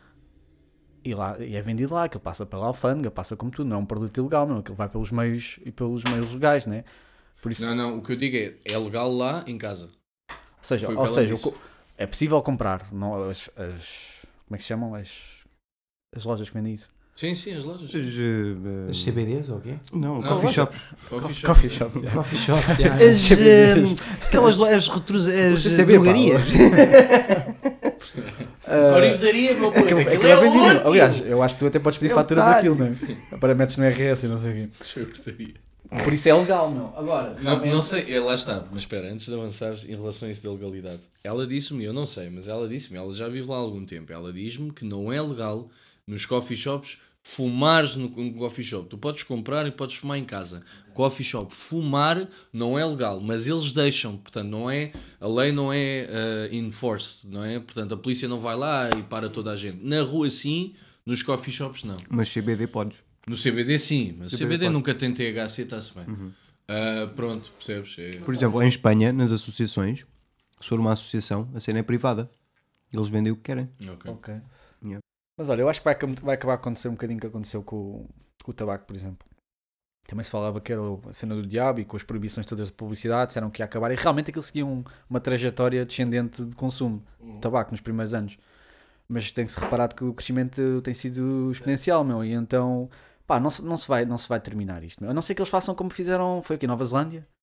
E é vendido lá, aquilo passa pela alfândega, passa como tudo, não é um produto ilegal, meu, aquilo vai pelos meios legais, né? Por isso... Não, o que eu digo é legal lá em casa. Ou seja, é possível comprar, não, como é que se chamam? As lojas que vendem isso. Sim, as lojas. As CBDs ou o quê? Não, coffee shops. Coffee shops, yeah. Coffee shops, yeah. Aquelas drogarias. Orivesaria, meu puto. Aquilo é vendido. Aliás, eu acho que tu até podes pedir fatura daquilo, não é? Agora metes no RS e não sei o quê. Por isso é legal, não. Agora, não sei, lá está, mas espera, antes de avançares em relação a isso da legalidade, ela disse-me, eu não sei, mas ela disse-me, ela já vive lá há algum tempo, ela diz-me que não é legal nos coffee shops fumares no coffee shop. Tu podes comprar e podes fumar em casa. Coffee shop, fumar não é legal, mas eles deixam, portanto não é, a lei não é enforced, não é? Portanto a polícia não vai lá e para toda a gente. Na rua sim, nos coffee shops não. Mas CBD podes. No CBD sim, mas CBD pode. nunca tem THC, está-se bem. Pronto, percebes? Por exemplo, em Espanha, nas associações, se for uma associação, a cena é privada. Eles vendem o que querem. Ok. Yeah. Mas olha, eu acho que vai acabar a acontecer um bocadinho o que aconteceu com o tabaco, por exemplo. Também se falava que era a cena do diabo e com as proibições todas de publicidade, disseram que ia acabar. E realmente aquilo seguia uma trajetória descendente de consumo de tabaco nos primeiros anos. Mas tem-se reparado que o crescimento tem sido exponencial, meu. E então, não se vai terminar isto, meu. A não ser que eles façam como fizeram, foi aqui em Nova Zelândia.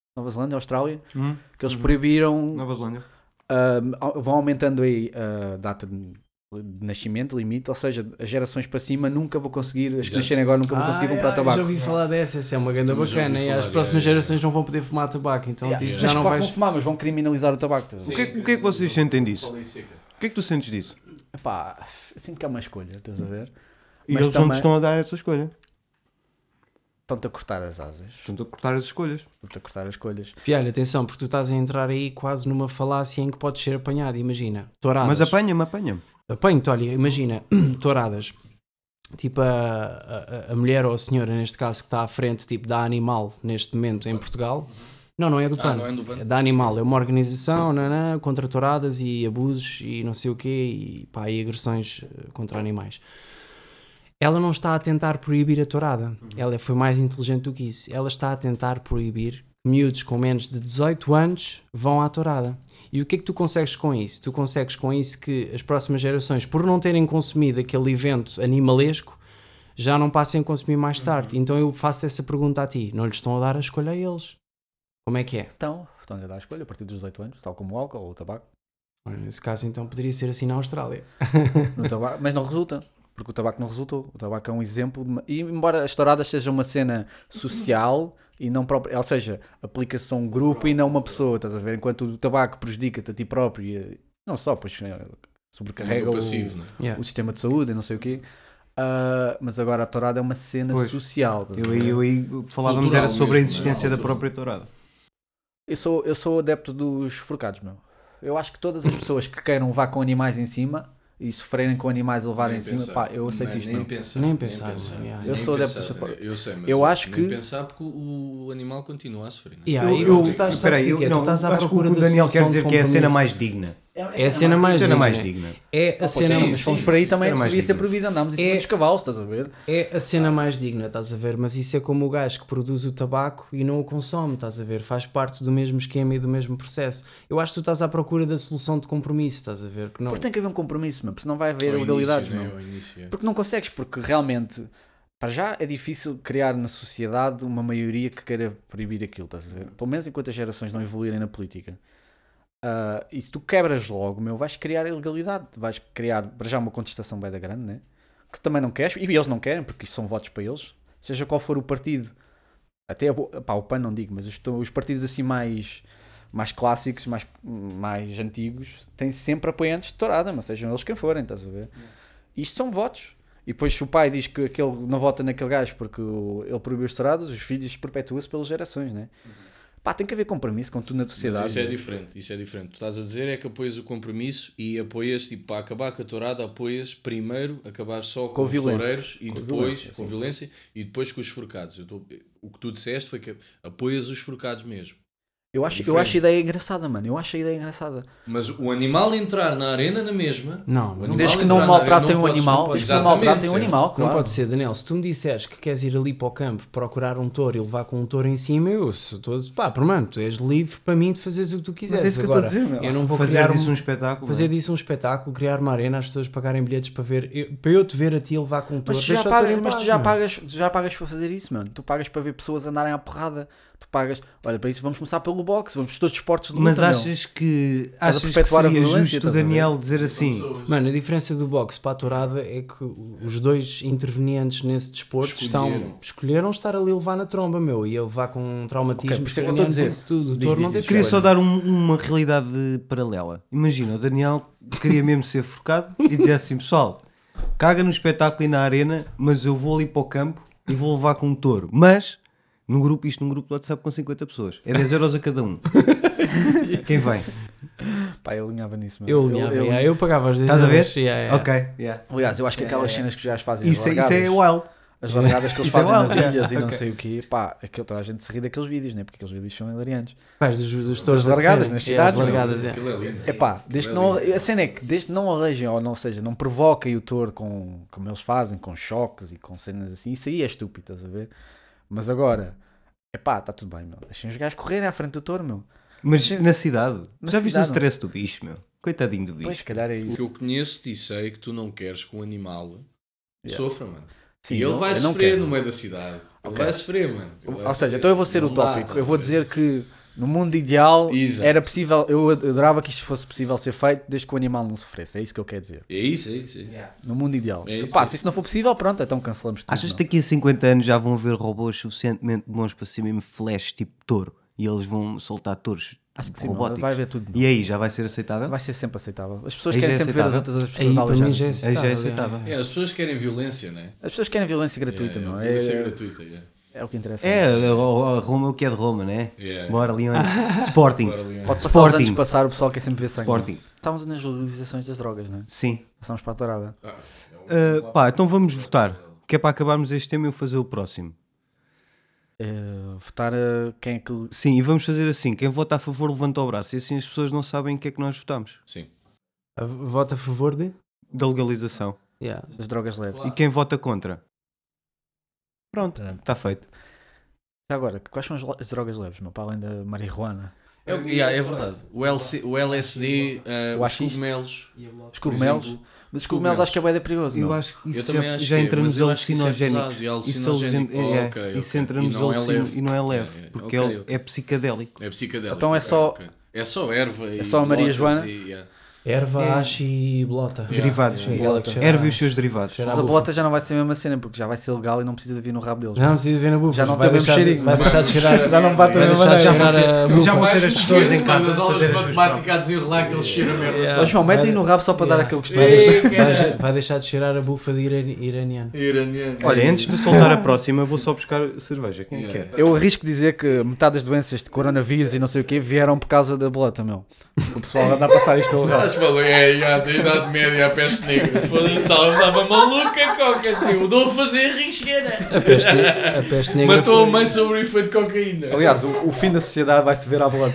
Nova Zelândia, Austrália, que eles Uhum. proibiram, Nova Zelândia. vão aumentando aí a data de nascimento, limite, ou seja, as gerações para cima nunca vou conseguir, as que Exato. nascerem agora nunca vou conseguir comprar Já tabaco. ouvi falar dessa, essa é uma grande Também já ouvi bacana. E as falar, próximas é. gerações não vão poder fumar tabaco, então Yeah. tipo, Yeah. já Mas não vão vais. fumar, mas vão criminalizar o tabaco. O que é que vocês sentem disso? O que é que tu sentes disso? Epá, eu sinto que é uma escolha, estás a ver? E Mas eles não te também- estão a dar essa escolha. Estão-te a cortar as asas, Estão-te a cortar as escolhas. estão-te a cortar as escolhas. Fialho, atenção, porque tu estás a entrar aí quase numa falácia em que podes ser apanhado. Imagina, touradas. Mas apanha-me. Apanho-te, olha, imagina, touradas. Tipo a mulher ou a senhora, neste caso, que está à frente, tipo, da Animal, neste momento, em Portugal. Não é do PAN. não é do PAN. É da Animal, é uma organização contra touradas e abusos e não sei o quê, e agressões contra animais. Ela não está a tentar proibir a tourada. Ela foi mais inteligente do que isso. Ela está a tentar proibir que miúdos com menos de 18 anos vão à tourada. E o que é que tu consegues com isso? Tu consegues com isso que as próximas gerações, por não terem consumido aquele evento animalesco, já não passem a consumir mais tarde. Então eu faço essa pergunta a ti. Não lhes estão a dar a escolha a eles. Como é que é? Então, estão-lhe a dar a escolha a partir dos 18 anos, tal como o álcool ou o tabaco. Ora, nesse caso, então, poderia ser assim na Austrália. No tabaco, mas não resulta, porque o tabaco não resultou. O tabaco é um exemplo, e embora as touradas seja uma cena social e não própria, ou seja, aplica-se a um grupo e não uma pessoa, estás a ver? Enquanto o tabaco prejudica-te a ti próprio e não só, pois sobrecarrega Muito passivo, né? Yeah. o sistema de saúde e não sei o quê. Mas agora a tourada é uma cena Pois. social. estás a ver? Eu aí falávamos Cultural era sobre a mesmo, existência né? da própria tourada. Eu sou adepto dos forcados, meu. Eu acho que todas as pessoas que queiram levar com animais em cima e sofrerem com animais a levarem em cima, pá, eu aceito isto. Nem meu. pensar. Nem pensar, yeah. Eu Nem sou adepto pensar. do suporte. Eu sei, mas Eu acho nem que- pensar porque o animal continua a sofrer. Né? Yeah, e Eu- tu estás, espera sabes aí, o que é? não, Tu estás à acho que procura o da Daniel quer solução dizer de que é a cena compromisso. mais digna. É a cena mais Cena digna. mais digna. É a sim, cena, sim. Mas fomos por aí também, Era mais devia ser digno. proibido andarmos em cima É- dos cavalos, estás a ver? é a cena mais digna, estás a ver? Mas isso é como o gajo que produz o tabaco e não o consome, estás a ver? Faz parte do mesmo esquema e do mesmo processo. Eu acho que tu estás à procura da solução de compromisso, estás a ver? Que não... Porque tem que haver um compromisso, meu, porque senão vai haver Ao legalidades, início, meu. né? Ao início, é. Porque não consegues, porque realmente, para já é difícil criar na sociedade uma maioria que queira proibir aquilo, estás a ver? Pelo menos enquanto as gerações não evoluírem na política. E se tu quebras logo, meu, vais criar ilegalidade, vais criar para já uma contestação bem da grande, né? Que também não queres, e eles não querem, porque isso são votos para eles, seja qual for o partido, até pá, o PAN não digo, mas os partidos assim mais clássicos, mais antigos, têm sempre apoiantes de tourada, mas sejam eles quem forem, estás a ver? Isto são votos. E depois se o pai diz que aquele não vota naquele gajo porque ele proibiu os tourados, os filhos perpetuam-se pelas gerações, né? Pá, tem que haver compromisso com tudo na sociedade. Mas isso é diferente, isso é diferente. Tu estás a dizer é que apoias o compromisso e apoias, tipo, para acabar com a tourada, apoias primeiro acabar só com os violência. toureiros e Com depois violência, com sim. violência e depois com os forcados. O que tu disseste foi que apoias os forcados mesmo. Eu acho a Diferente. ideia engraçada, mano. Eu acho a ideia engraçada. Mas o animal entrar na arena na mesma. Não, o não animal Desde que entrar não na arena, maltratem não o podes- animal, não podes- desde que não Exatamente, maltratem o certo. animal, claro. Não pode ser, Daniel. Se tu me disseres que queres ir ali para o campo procurar um touro e levar com um touro em cima, eu sou todo. Pá, mano, tu és livre para mim de fazeres o que tu quiseres. é isso que eu estou a Agora, dizer, meu. eu não vou Fazer criar disso um espetáculo. fazer não é? disso um espetáculo, criar uma arena, as pessoas pagarem bilhetes para ver, para eu te ver a ti levar com um touro. Mas, tu já, Deixa o touro em pagas, mas paz, tu já meu. pagas, tu já pagas para fazer isso, mano. Tu pagas para ver pessoas andarem à porrada. Tu pagas, olha, para isso vamos começar pelo boxe, vamos todos os esportes de luta, Mas meu. achas que a seria perpetuar a violência, justo o estás a ver? Daniel dizer assim? Mano, a diferença do boxe para a tourada é que os dois intervenientes nesse desporto escolheram estar ali a levar na tromba, meu, e a levar com um traumatismo, Ok, por isso é que eu estou a dizer. isso tudo. O Diz, touro não diz, tem diz. Queria problema. só dar uma realidade paralela. Imagina, o Daniel queria mesmo ser forcado e dizer assim: pessoal, caga no espetáculo e na arena, mas eu vou ali para o campo e vou levar com um touro. Mas, num grupo de WhatsApp com 50 pessoas, é 10 euros a cada um. Quem vem? Pá, eu alinhava nisso, meu. Eu alinhava, eu pagava as 10 Estás a ver? euros, Ok, yeah. Aliás, eu acho que aquelas cenas que os gajos fazem, Isso é wild. as largadas que eles Isso é fazem nas wild, ilhas e não ok. sei o quê, pá, toda a gente se ri daqueles vídeos, né? Porque aqueles vídeos são hilariantes. dos touros largadas a nas correr. cidades, As largadas, é. Aquilo é lindo. É pá, desde que não, a cena é que desde que não arranjem, ou não seja, não provoquem o touro com, como eles fazem, com choques e com cenas assim, isso aí é estúpido, estás a ver? Mas agora, é pá, está tudo bem, meu. Deixem os gajos correrem à frente do touro, meu. Mas na cidade, Na já viste o cidade, stress do bicho, meu? Coitadinho do bicho. Pois, se calhar é O isso. que eu conheço-te e sei é que tu não queres que o animal sofra, mano. Sim, e ele vai eu não sofrer quero. no meio da cidade. Ele Ok. vai sofrer, mano. Ele vai Ou seja, sofrer. então eu vou ser Não dá, utópico. estás Eu a vou ver? dizer que No mundo ideal Exato. era possível, eu adorava que isto fosse possível ser feito desde que o animal não sofresse, é isso que eu quero dizer. É isso. No mundo ideal. É isso, Se isso não for possível, pronto, então cancelamos tudo. Achas não. que daqui a 50 anos já vão haver robôs suficientemente bons para ser mesmo flash tipo touro e eles vão soltar touros Acho que sim, não, robóticos? vai haver tudo. E aí, já vai ser aceitável? Vai ser sempre aceitável. As pessoas Aí já querem é sempre ver as aceitável? outras Aí pessoas para mim aleijadas. já é Aí já é aceitável. aceitável. As pessoas querem violência, né? As pessoas querem violência gratuita, não é? Violência gratuita, yeah. É o que interessa. É, a Roma o que é de Roma, né? Yeah. Bora, Leões. Sporting. Bora, Leões. Pode passar os anos Sporting. passar, o pessoal quer sempre ver sangue. Sporting. Estamos nas legalizações das drogas, não é? Sim. Passamos para a tourada. Pá, então vamos votar. Que é para acabarmos este tema e eu fazer o próximo. Votar quem é que. Sim, e vamos fazer assim. Quem vota a favor levanta o braço. E assim as pessoas não sabem o que é que nós votamos. Sim. Vota a favor de? Da legalização. Yeah. Das drogas leves. E quem vota contra? Pronto, Pronto. está feito. Já agora, quais são as drogas leves, meu? Para além da marihuana? É verdade. O LSD, O os AX? cogumelos. Os por cogumelos? exemplo. Mas os cogumelos acho que é bem perigoso, Eu meu. acho que isso Eu também acho já que entra mas nos eu acho que isso é alucinogénicos. pesado e alucinogénico. Isso entra nos alucinogénicos e não é leve. Porque ok. é psicadélico. É psicadélico. Então é só- ok. É só erva e É só a Maria botas Joana? e, Erva, haxe e blota. Derivados. Sim, aquela que cheira Erva e a- os seus derivados. cheira Mas a a bufa. bolota já não vai ser a mesma cena, porque já vai ser legal e não precisa vir no rabo deles. Não precisa ver na bufa. Já não vai tem o mesmo deixar, cheirinho. vai deixar de cheirar. Já não bate da vai mesma deixar de maneira. cheirar a Já bufa. vão ser as pessoas em casa As a aulas fazer de as suas matemática a desenrolar aquele cheiro a merda. Ó, João, metem no rabo só para dar aquele gostinho. Vai deixar de cheirar a bufa de iraniano. Iraniano. Olha, antes de soltar a próxima, vou só buscar cerveja. Quem Yeah. quer? Eu arrisco dizer que metade das doenças de coronavírus e não sei o quê vieram por causa da bolota, meu. Porque o pessoal anda a passar isto pelo rabo. Estás maluco? Da Idade Média a peste negra. Foda-se, ela estava maluca, coca, tio. Dou a fazer risqueira. A peste negra. Matou a foi- mãe sobre o efeito de cocaína. Aliás, o fim da sociedade vai se ver à bolota.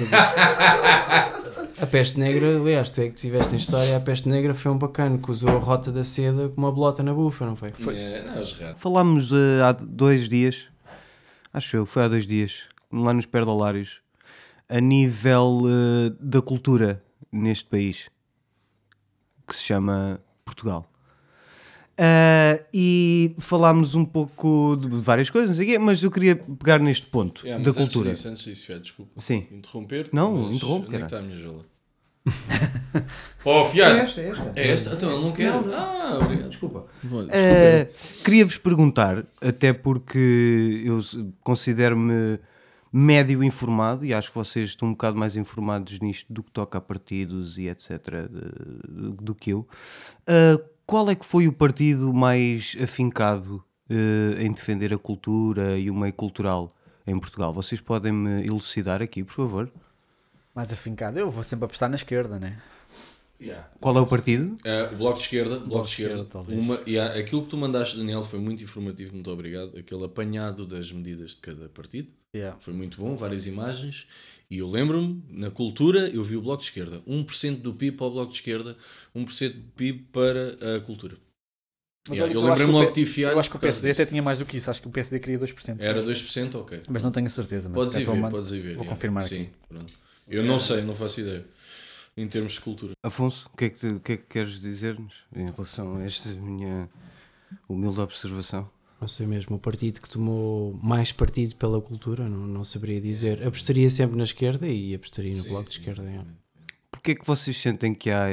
A peste negra, aliás, tu é que tiveste em história, a peste negra foi um bacana que usou a rota da seda com uma bolota na bufa, não foi? Não, és rato. Falámos há 2 dias, acho eu, foi há 2 dias, lá nos Perdolários, a nível da cultura neste país, que se chama Portugal. E falámos um pouco de várias coisas, não sei o quê, mas eu queria pegar neste ponto da cultura. Antes disso, Fiado, desculpa. Sim. Interromper. Não, mas interrompe, onde é que cara. está a minha jola? Oh, Fiado. É esta. É esta? Então ele não quer. Ah, obrigado. Desculpa. Desculpa. Queria-vos perguntar, até porque eu considero-me médio informado e acho que vocês estão um bocado mais informados nisto do que toca a partidos e etc. do que eu. Qual é que foi o partido mais afincado em defender a cultura e o meio cultural em Portugal? Vocês podem me elucidar aqui, por favor? Mais afincado, eu vou sempre apostar na esquerda, né? Qual é o partido? O Bloco de Esquerda, talvez. aquilo que tu mandaste, Daniel, foi muito informativo, muito obrigado. Aquele apanhado das medidas de cada partido foi muito bom, várias imagens. E eu lembro-me, na cultura, eu vi o Bloco de Esquerda: 1% do PIB para o Bloco de Esquerda, 1% do PIB para a cultura. Mas Eu acho lembrei-me que o logo P- de tifiar. Eu acho que o por causa PSD até disso. tinha mais do que isso. Acho que o PSD queria 2%. Era 2%, ok. Mas não tenho a certeza. Mas Podes se ir calhar ver, estou a- podes ir ver. Vou yeah. confirmar Sim, aqui. pronto. Eu não sei, não faço ideia. Em termos de cultura. Afonso, o que é que queres dizer-nos em relação a esta minha humilde observação? Não sei mesmo, o partido que tomou mais partido pela cultura, não saberia dizer. Apostaria sempre na esquerda e apostaria no Bloco de Esquerda. é. Porquê é que vocês sentem que há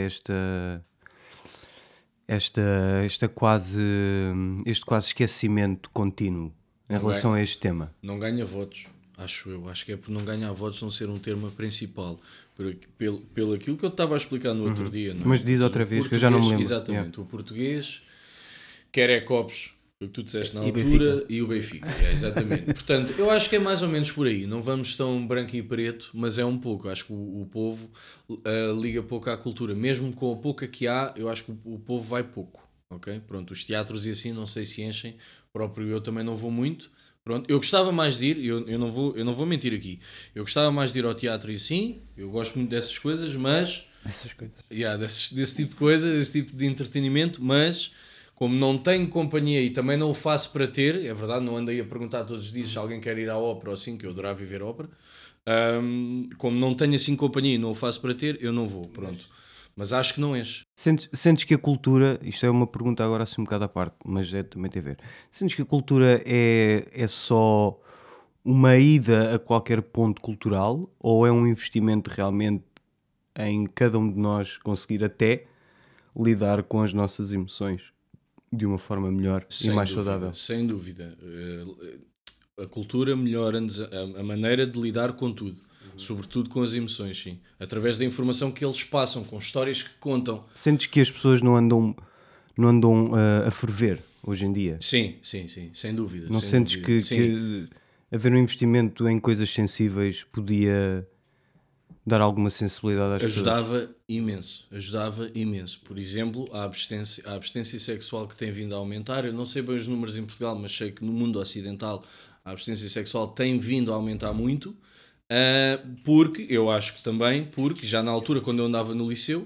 este quase esquecimento contínuo em Não relação a este tema? Não ganha votos, acho eu. Acho que é por não ganhar votos não ser um termo principal. Pelo aquilo que eu estava a explicar no outro dia. Não é? Mas diz outra O vez, que eu já não me lembro. Exatamente. O português quer é copos, foi o que tu disseste na E altura, e o Benfica. Exatamente. Portanto, eu acho que é mais ou menos por aí. Não vamos tão branco e preto, mas é um pouco. Acho que o povo liga pouco à cultura. Mesmo com a pouca que há, eu acho que o povo vai pouco. Ok? Pronto, os teatros e assim, não sei se enchem. Próprio eu também não vou muito. Pronto, eu gostava mais de ir, eu não vou mentir aqui, eu gostava mais de ir ao teatro e sim, eu gosto muito dessas coisas, mas Essas coisas. desse tipo de coisa, desse tipo de entretenimento, mas como não tenho companhia e também não o faço para ter, é verdade, não andei a perguntar todos os dias se alguém quer ir à ópera ou assim, que eu adorava ir ver ópera, como não tenho assim companhia e não o faço para ter, eu não vou, pronto. Mas acho que não enche. Sentes que a cultura, isto é uma pergunta agora assim um bocado à parte, mas também tem a ver. Sentes que a cultura é só uma ida a qualquer ponto cultural ou é um investimento realmente em cada um de nós conseguir até lidar com as nossas emoções de uma forma melhor e mais saudável? Sem dúvida. A cultura melhora-nos a maneira de lidar com tudo, sobretudo com as emoções, sim. Através da informação que eles passam, com histórias que contam. Sentes que as pessoas não andam a ferver hoje em dia? Sim, sem dúvida. Não sem sentes dúvida. Sim. que haver um investimento em coisas sensíveis podia dar alguma sensibilidade às pessoas? Ajudava imenso. Por exemplo, a abstência sexual que tem vindo a aumentar. Eu não sei bem os números em Portugal, mas sei que no mundo ocidental a abstência sexual tem vindo a aumentar muito. Porque, eu acho que também, porque já na altura, quando eu andava no liceu,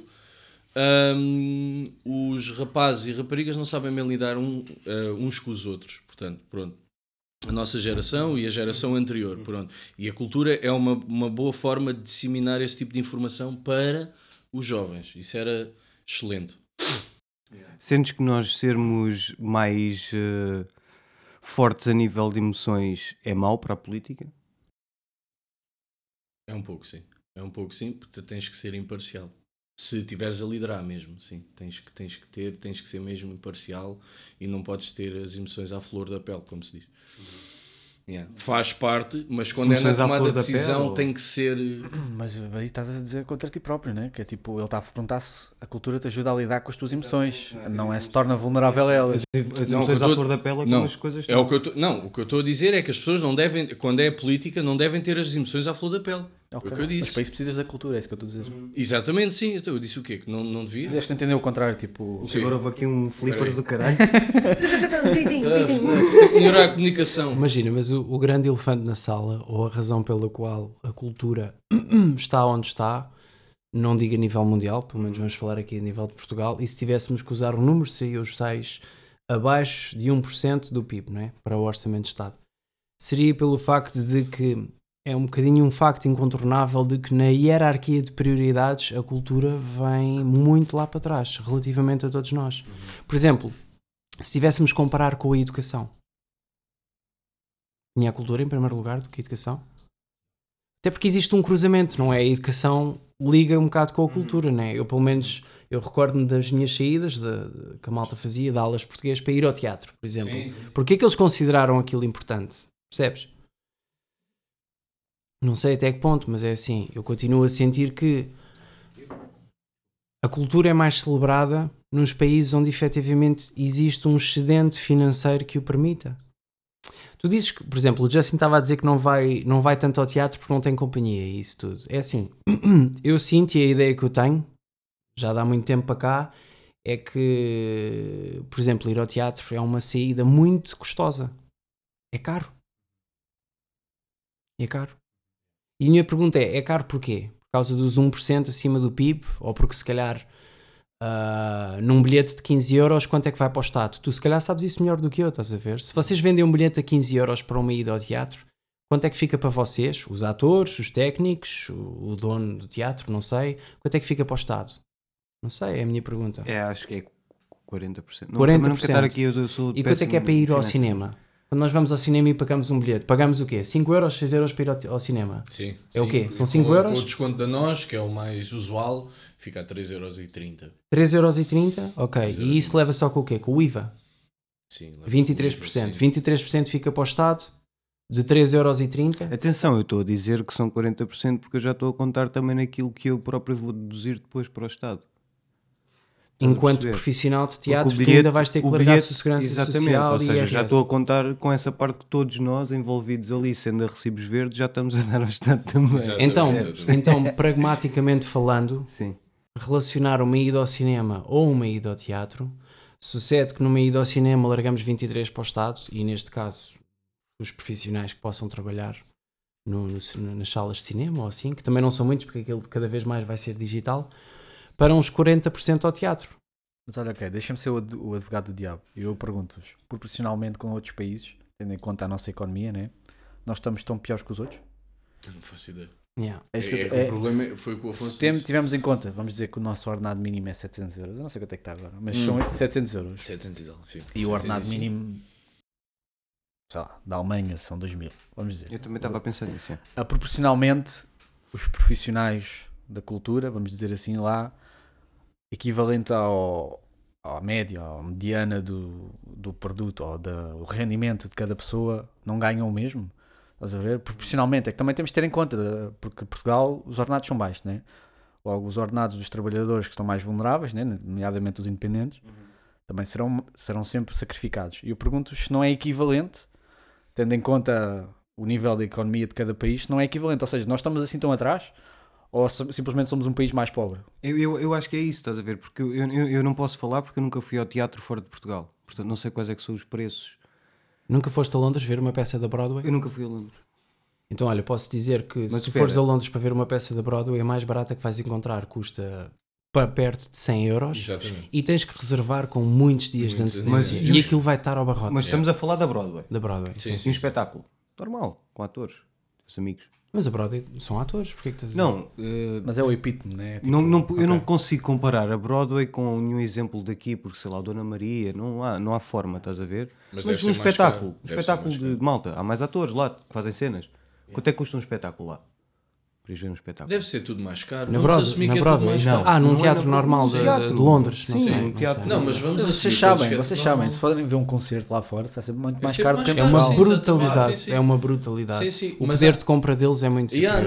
os rapazes e raparigas não sabem bem lidar uns com os outros. Portanto, pronto. A nossa geração e a geração anterior, pronto. E a cultura é uma boa forma de disseminar esse tipo de informação para os jovens. Isso era excelente. Sentes que nós sermos mais fortes a nível de emoções é mau para a política? É um pouco sim, porque tens que ser imparcial. Se tiveres a liderar mesmo, sim. Tens que ser mesmo imparcial e não podes ter as emoções à flor da pele, como se diz. Yeah. Faz parte, mas quando Emoções é à na tomada flor de da decisão pele, tem que ser... Mas aí estás a dizer contra ti próprio, né? Que é tipo, ele está a perguntar se a cultura te ajuda a lidar com as tuas emoções, não é se torna vulnerável a elas. As Não, emoções o que eu à tô- flor da pele é Não, como as coisas é o que eu estou a dizer é que as pessoas não devem, quando é política, não devem ter as emoções à flor da pele. Ok. É o que eu Mas disse. para isso precisas da cultura, é isso que eu estou a dizer. Exatamente, sim. Então eu disse o quê? Que não devia? Deste entender o contrário, tipo... Agora houve aqui um flippers do caralho. Tem que melhorar a comunicação. Imagina, mas o grande elefante na sala, ou a razão pela qual a cultura está onde está, não digo a nível mundial, pelo menos vamos falar aqui a nível de Portugal, e se tivéssemos que usar um número, seria os tais abaixo de 1% do PIB, não é? Para o Orçamento de Estado. Seria pelo facto de que é um bocadinho um facto incontornável de que na hierarquia de prioridades a cultura vem muito lá para trás, relativamente a todos nós. Por exemplo, se tivéssemos que comparar com a educação, tinha a cultura em primeiro lugar do que a educação? Até porque existe um cruzamento, não é? A educação liga um bocado com a cultura, não é? Eu, pelo menos, eu recordo-me das minhas saídas que a malta fazia, de aulas de português, para ir ao teatro, por exemplo. Sim. Porquê é que eles consideraram aquilo importante? Percebes? Não sei até que ponto, mas é assim, eu continuo a sentir que a cultura é mais celebrada nos países onde efetivamente existe um excedente financeiro que o permita. Tu dizes que, por exemplo, o Justin estava a dizer que não vai tanto ao teatro porque não tem companhia e isso tudo. É assim, eu sinto, e a ideia que eu tenho, já dá muito tempo para cá, é que, por exemplo, ir ao teatro é uma saída muito custosa. É caro. É caro. E a minha pergunta é caro porquê? Por causa dos 1% acima do PIB? Ou porque se calhar num bilhete de 15 euros quanto é que vai para o Estado? Tu se calhar sabes isso melhor do que eu, estás a ver? Se vocês vendem um bilhete a 15 euros para uma ida ao teatro, quanto é que fica para vocês? Os atores, os técnicos, o dono do teatro, não sei. Quanto é que fica para o Estado? Não sei, é a minha pergunta. Acho que é 40%. 40%. Também não quero estar aqui, eu sou E quanto é que é para ir ao cinema? Quando nós vamos ao cinema e pagamos um bilhete, pagamos o quê? 5 euros, 6 euros para ir ao cinema? Sim. É o quê? São 5 Com euros? o desconto da nós, que é o mais usual, fica a 3,30€. 3,30€? Ok. E isso leva só com o quê? Com o IVA? Sim. 23%. Sim. 23% fica para o Estado, de 3,30€. Atenção, eu estou a dizer que são 40% porque eu já estou a contar também naquilo que eu próprio vou deduzir depois para o Estado. Estás a Enquanto perceber? profissional de Porque teatro, o tu ainda vais ter que o largar a bilhete- sua segurança exatamente, social ou seja, e já IRS. estou a contar com essa parte que todos nós envolvidos ali, sendo a recibos verdes, já estamos a dar ao Estado também. Exato. Então, pragmaticamente falando, Sim. relacionar uma ida ao cinema ou uma ida ao teatro, sucede que numa ida ao cinema largamos 23 para o Estado e neste caso os profissionais que possam trabalhar nas salas de cinema ou assim, que também não são muitos porque aquilo cada vez mais vai ser digital, para uns 40% ao teatro. Mas olha, ok, deixa-me ser o advogado do diabo. Eu pergunto-vos, proporcionalmente com outros países, tendo em conta a nossa economia, né? Nós estamos tão piores que os outros? Não faço ideia. É isso que eu- O problema foi o que o Afonso se disse. tivermos em conta, vamos dizer que o nosso ordenado mínimo é 700 euros. Eu não sei quanto é que está agora, mas são 700 euros. 700 e tal, sim. E o ordenado Sim. mínimo sei lá, da Alemanha são 2.000, vamos dizer. Eu também estava a pensar nisso. É. Proporcionalmente, os profissionais da cultura, vamos dizer assim, lá, equivalente à média, à mediana do produto ou do rendimento de cada pessoa, não ganham o mesmo. Estás a ver? Proporcionalmente, é que também temos de ter em conta, porque Portugal os ordenados são baixos, né? Logo, os ordenados dos trabalhadores que estão mais vulneráveis, né? Nomeadamente os independentes, também serão sempre sacrificados. E eu pergunto se não é equivalente, tendo em conta o nível de economia de cada país, se não é equivalente. Ou seja, nós estamos assim tão atrás ou simplesmente somos um país mais pobre? Eu acho que é isso, estás a ver? Porque eu não posso falar porque eu nunca fui ao teatro fora de Portugal. Portanto, não sei quais é que são os preços. Nunca foste a Londres ver uma peça da Broadway? Eu nunca fui a Londres. Então, olha, posso dizer que se tu espera. fores a Londres para ver uma peça da Broadway, a mais barata que vais encontrar custa para perto de 100 euros. Exatamente. E tens que reservar com muitos dias de Muitos antecedência. dias. E aquilo vai estar ao barrote. Mas estamos a falar da Broadway. Da Broadway. Sim, Um espetáculo. Normal, com atores, os amigos. Mas a Broadway são atores, porque é que estás a dizer? Não, Mas é o epítome, né? Tipo, eu não consigo comparar a Broadway com nenhum exemplo daqui, porque sei lá, o Dona Maria, não há forma, estás a ver? Mas Mas deve ser um mais espetáculo, caro. Deve ser mais de Malta, há mais atores lá que fazem cenas. Quanto é que custa um espetáculo lá? Para ir ver um espetáculo? Deve ser tudo mais caro. Na Vamos Broadway, assumir na que é Broadway, tudo mais não. caro. Num Não é teatro na- normal num teatro. de Londres. Não Sim, sei. num Não teatro. sei. Não, mas vamos Vocês assumir sabem, todos que vocês normal. sabem, se forem ver um concerto lá fora, vai ser muito mais sempre caro mais do que É em caro, uma Portugal. sim, brutalidade. sim, sim. É uma brutalidade. Sim, sim, O mas poder há- de compra deles é muito superior.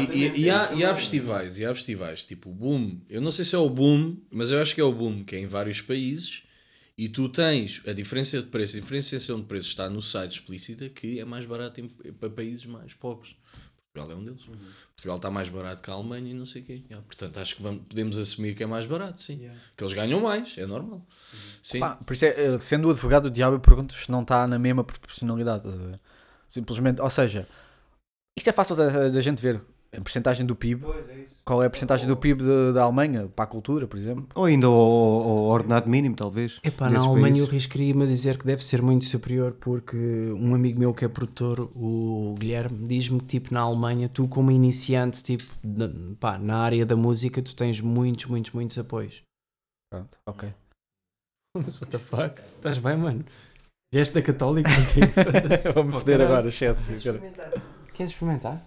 E há festivais, tipo o Boom. Eu não sei se é o Boom, mas eu acho que é o Boom, que é em vários países. E tu tens a diferença de preço, a diferenciação de preço está no site explícita, que é mais barato para países mais pobres. Portugal é um deles. Portugal está mais barato que a Alemanha e não sei o quê. Portanto, acho que podemos assumir que é mais barato, sim. Que eles ganham mais, é normal. Sim. Pá, por isso é, sendo o advogado do diabo, eu pergunto se não está na mesma proporcionalidade. Estás a ver? Simplesmente, ou seja, isto é fácil da gente ver. A percentagem do PIB. Qual é a percentagem do PIB da Alemanha para a cultura, por exemplo? Ou ainda ao ordenado mínimo, talvez. Epá, na desses Alemanha eu países. arriscaria-me a dizer que deve ser muito superior, porque um amigo meu que é produtor, o Guilherme, diz-me que tipo, na Alemanha, tu como iniciante, tipo, na área da música, tu tens muitos apoios. Pronto, ok. Mas what the fuck? Estás bem, mano? Vieste da Católica aqui? Vamos foder agora, excesso. Queres experimentar?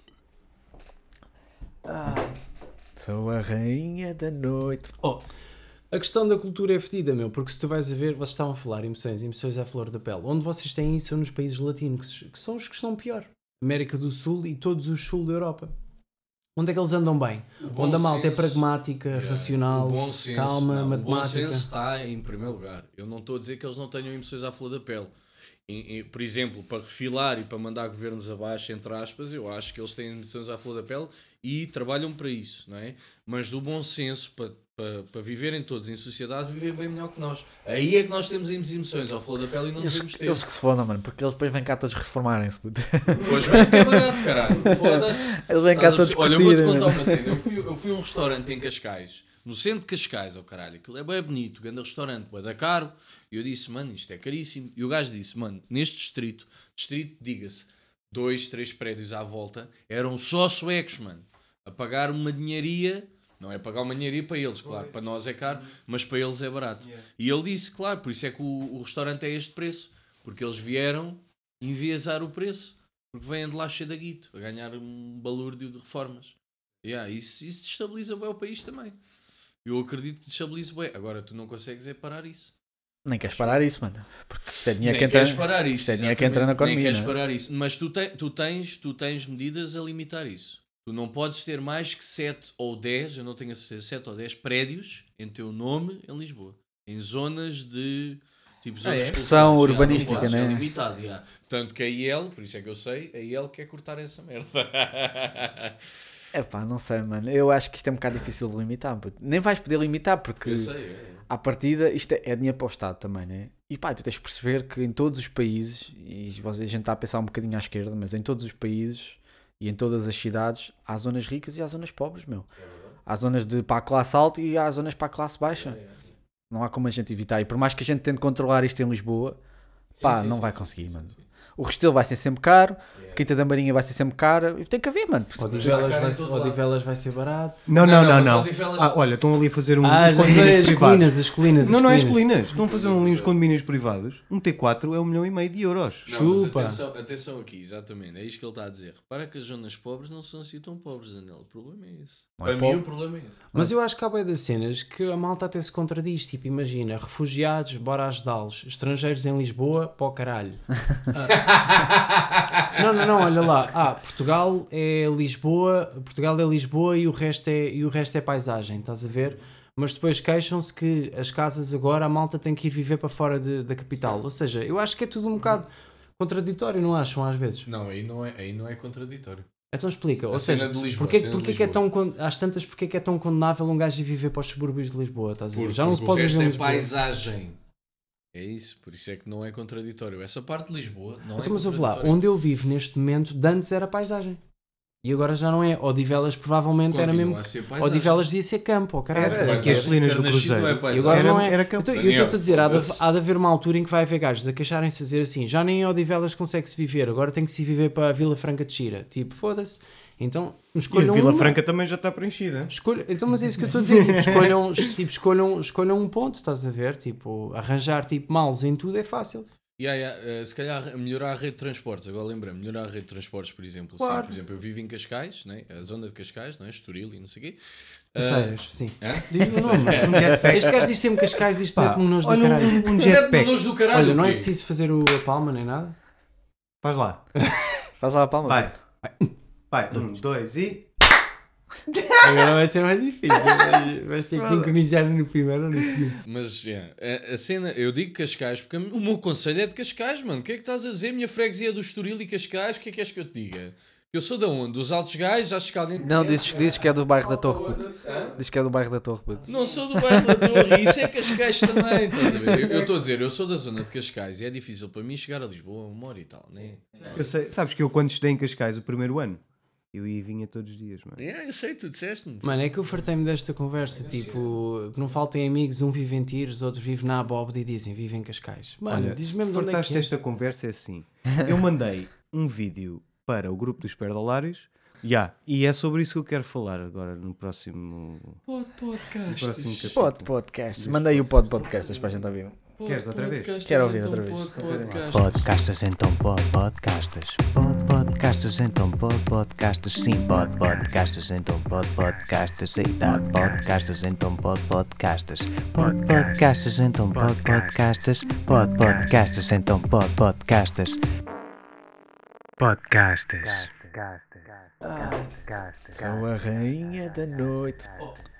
Sou a rainha da noite. Oh, a questão da cultura é fedida, meu, porque se tu vais a ver, vocês estavam a falar emoções à flor da pele. Onde vocês têm isso são nos países latinos, que são os que estão pior. América do Sul e todos os sul da Europa. Onde é que eles andam bem? Onde a malta é pragmática, racional, O bom senso, calma, não, matemática. O bom senso está em primeiro lugar. Eu não estou a dizer que eles não tenham emoções à flor da pele. Por exemplo, para refilar e para mandar governos abaixo, entre aspas, eu acho que eles têm emoções à flor da pele e trabalham para isso, não é? Mas do bom senso, para viverem todos em sociedade, viver bem melhor que nós. Aí é que nós temos emoções à flor da pele e não devemos ter. Eles que se fodam, mano, porque eles depois vêm cá todos reformarem-se. puto. Pois bem, que é barato, caralho. Foda-se. Eles vêm cá todos Olha, eu vou-te curtirem, contar mano. uma cena. Eu fui a um restaurante em Cascais, no centro de Cascais, caralho. Aquilo é bem bonito, grande restaurante, bué da caro. E eu disse, mano, isto é caríssimo. E o gajo disse, mano, neste distrito, diga-se, 2, 3 prédios à volta, eram só suecos, mano. A pagar uma dinharia. Não é pagar uma dinharia para eles, claro, para nós é caro, mas para eles é barato. E ele disse, claro, por isso é que o restaurante é este preço, porque eles vieram enviesar o preço, porque vêm de lá cheio da guito, a ganhar um balúrdio de reformas. Isso destabiliza bem o país também. Eu acredito que destabiliza bem. Agora, tu não consegues parar isso. Nem queres parar isso, mano. Porque isto é dinheiro Nem que entra. queres parar isso. Isto é dinheiro que entra na exatamente. economia. Nem queres não é? parar isso. Mas tu tens medidas a limitar isso. Tu não podes ter mais que 7 ou 10, eu não tenho a certeza, 7 ou 10 prédios em teu nome em Lisboa. Em zonas de... Tipo, zonas Pressão culturais. urbanística, Não podes, né? É limitado, Tanto que a IEL, por isso é que eu sei, a IEL quer cortar essa merda. Epá, não sei, mano. Eu acho que isto é um bocado difícil de limitar. Puto. Nem vais poder limitar porque Eu sei, à partida isto é dinheiro para o Estado também, né? E pá, tu tens de perceber que em todos os países, e a gente está a pensar um bocadinho à esquerda, mas em todos os países e em todas as cidades há zonas ricas e há zonas pobres, meu. Há zonas para a classe alta e há zonas para a classe baixa. Não há como a gente evitar. E por mais que a gente tente controlar isto em Lisboa, pá, não vai conseguir, mano. O Restelo vai ser sempre caro, Quinta da Marinha vai ser sempre cara. Tem que haver, mano. Odivelas vai ser barato. Não. mas Odivelas- Olha, estão ali a fazer uns As condomínios privados. as colinas. Não é as colinas. Estão a fazer uns condomínios privados. Um T4 é 1,5 milhão de euros. Não, mas Chupa. atenção aqui, exatamente. É isto que ele está a dizer. Repara que as zonas pobres não são assim tão pobres, Daniel. O problema é esse. Não é Para mim, o problema é esse. Mas eu acho que há bem das cenas que a malta até se contradiz. Tipo, imagina, refugiados, bora ajudá-los. Estrangeiros em Lisboa, pó caralho. Não, olha lá. Portugal é Lisboa e o resto é paisagem, estás a ver? Mas depois queixam-se que as casas agora a malta tem que ir viver para fora da capital. Ou seja, eu acho que é tudo um bocado contraditório, não acham às vezes? Não, aí não é contraditório. Então explica, ou A seja, cena de Lisboa, porque a cena de que é Lisboa. tão às tantas porque é que é tão condenável um gajo ir viver para os subúrbios de Lisboa, estás a ver? Já não se Porque pode o resto viver em é Lisboa. paisagem. É isso, por isso é que não é contraditório. Essa parte de Lisboa não Então, é mas ouve lá, contraditório. onde eu vivo neste momento, de antes era paisagem. E agora já não é. Odivelas provavelmente era Continua mesmo. a ser paisagem. Odivelas devia ser campo, oh, caralho. Era, estás a aqui as ver? colinas do Carnaxide não Cruzeiro. é paisagem. E agora não é. Era campo. Então, eu Daniel, estou a dizer, foda-se. há de haver uma altura em que vai haver gajos a queixarem-se a dizer assim: já nem em Odivelas consegue-se viver, agora tem que se viver para a Vila Franca de Xira. Tipo, foda-se. Então, E a escolham Vila uma. Franca também já está preenchida. Então, mas é isso que eu estou a dizer. Escolham um ponto, estás a ver? Tipo, arranjar tipo males em tudo é fácil. Se calhar melhorar a rede de transportes. Agora lembrei-me, melhorar a rede de transportes, por exemplo. Claro. Sim, por exemplo, eu vivo em Cascais, né? A zona de Cascais, não é? Estoril e não sei o quê. Aceiras, sim. Hã? Diz-me o nome. Este gajo diz sempre Cascais, isto Pá, mete-me nojo do olha caralho. um Mete-me jetpack. nojo do caralho. Olha, não o é quê? preciso fazer a palma nem nada. Faz lá. Faz lá a palma. Vai. Vai. 1, 2 e... Agora vai ser mais difícil. Vai ter que sincronizar no primeiro ou no segundo. Mas, a cena, eu digo Cascais porque o meu conselho é de Cascais, mano. O que é que estás a dizer? Minha freguesia é do Estoril e Cascais, o que é que és que eu te diga? Eu sou da onde? Dos Altos Gais? Acho que alguém... Não, dizes que é do bairro da Torre, puto. Diz que é do bairro da Torre, puto. Não sou do bairro da Torre, isso é Cascais também, estás a ver? Eu estou a dizer, eu sou da zona de Cascais e é difícil para mim chegar a Lisboa, 1 hora e tal, né? Eu sei, sabes que eu quando estudei em Cascais o primeiro ano, eu ia e vinha todos os dias, mano. Eu sei, tu disseste-me. Mano, é que eu fartei-me desta conversa. Tipo, que não faltem amigos, um vive em Tiros, outro vive na Abóbora e dizem vive em Cascais. Mano, diz mesmo de onde é fartaste que é. esta conversa é assim. Eu mandei um vídeo para o grupo dos Perdolários. E é sobre isso que eu quero falar agora no próximo Podcast. Podcast. Mandei o podcast para a gente ouvir. Queres outra vez? Quero ouvir outra vez. Podcastas então podcastas. Podcastas então podcastas. Sim, podcastas então podcastas. Eita, podcastas então podcastas. Podcastas então podcastas. Podcastas então podcastas. Podcastas. Sou a rainha da noite.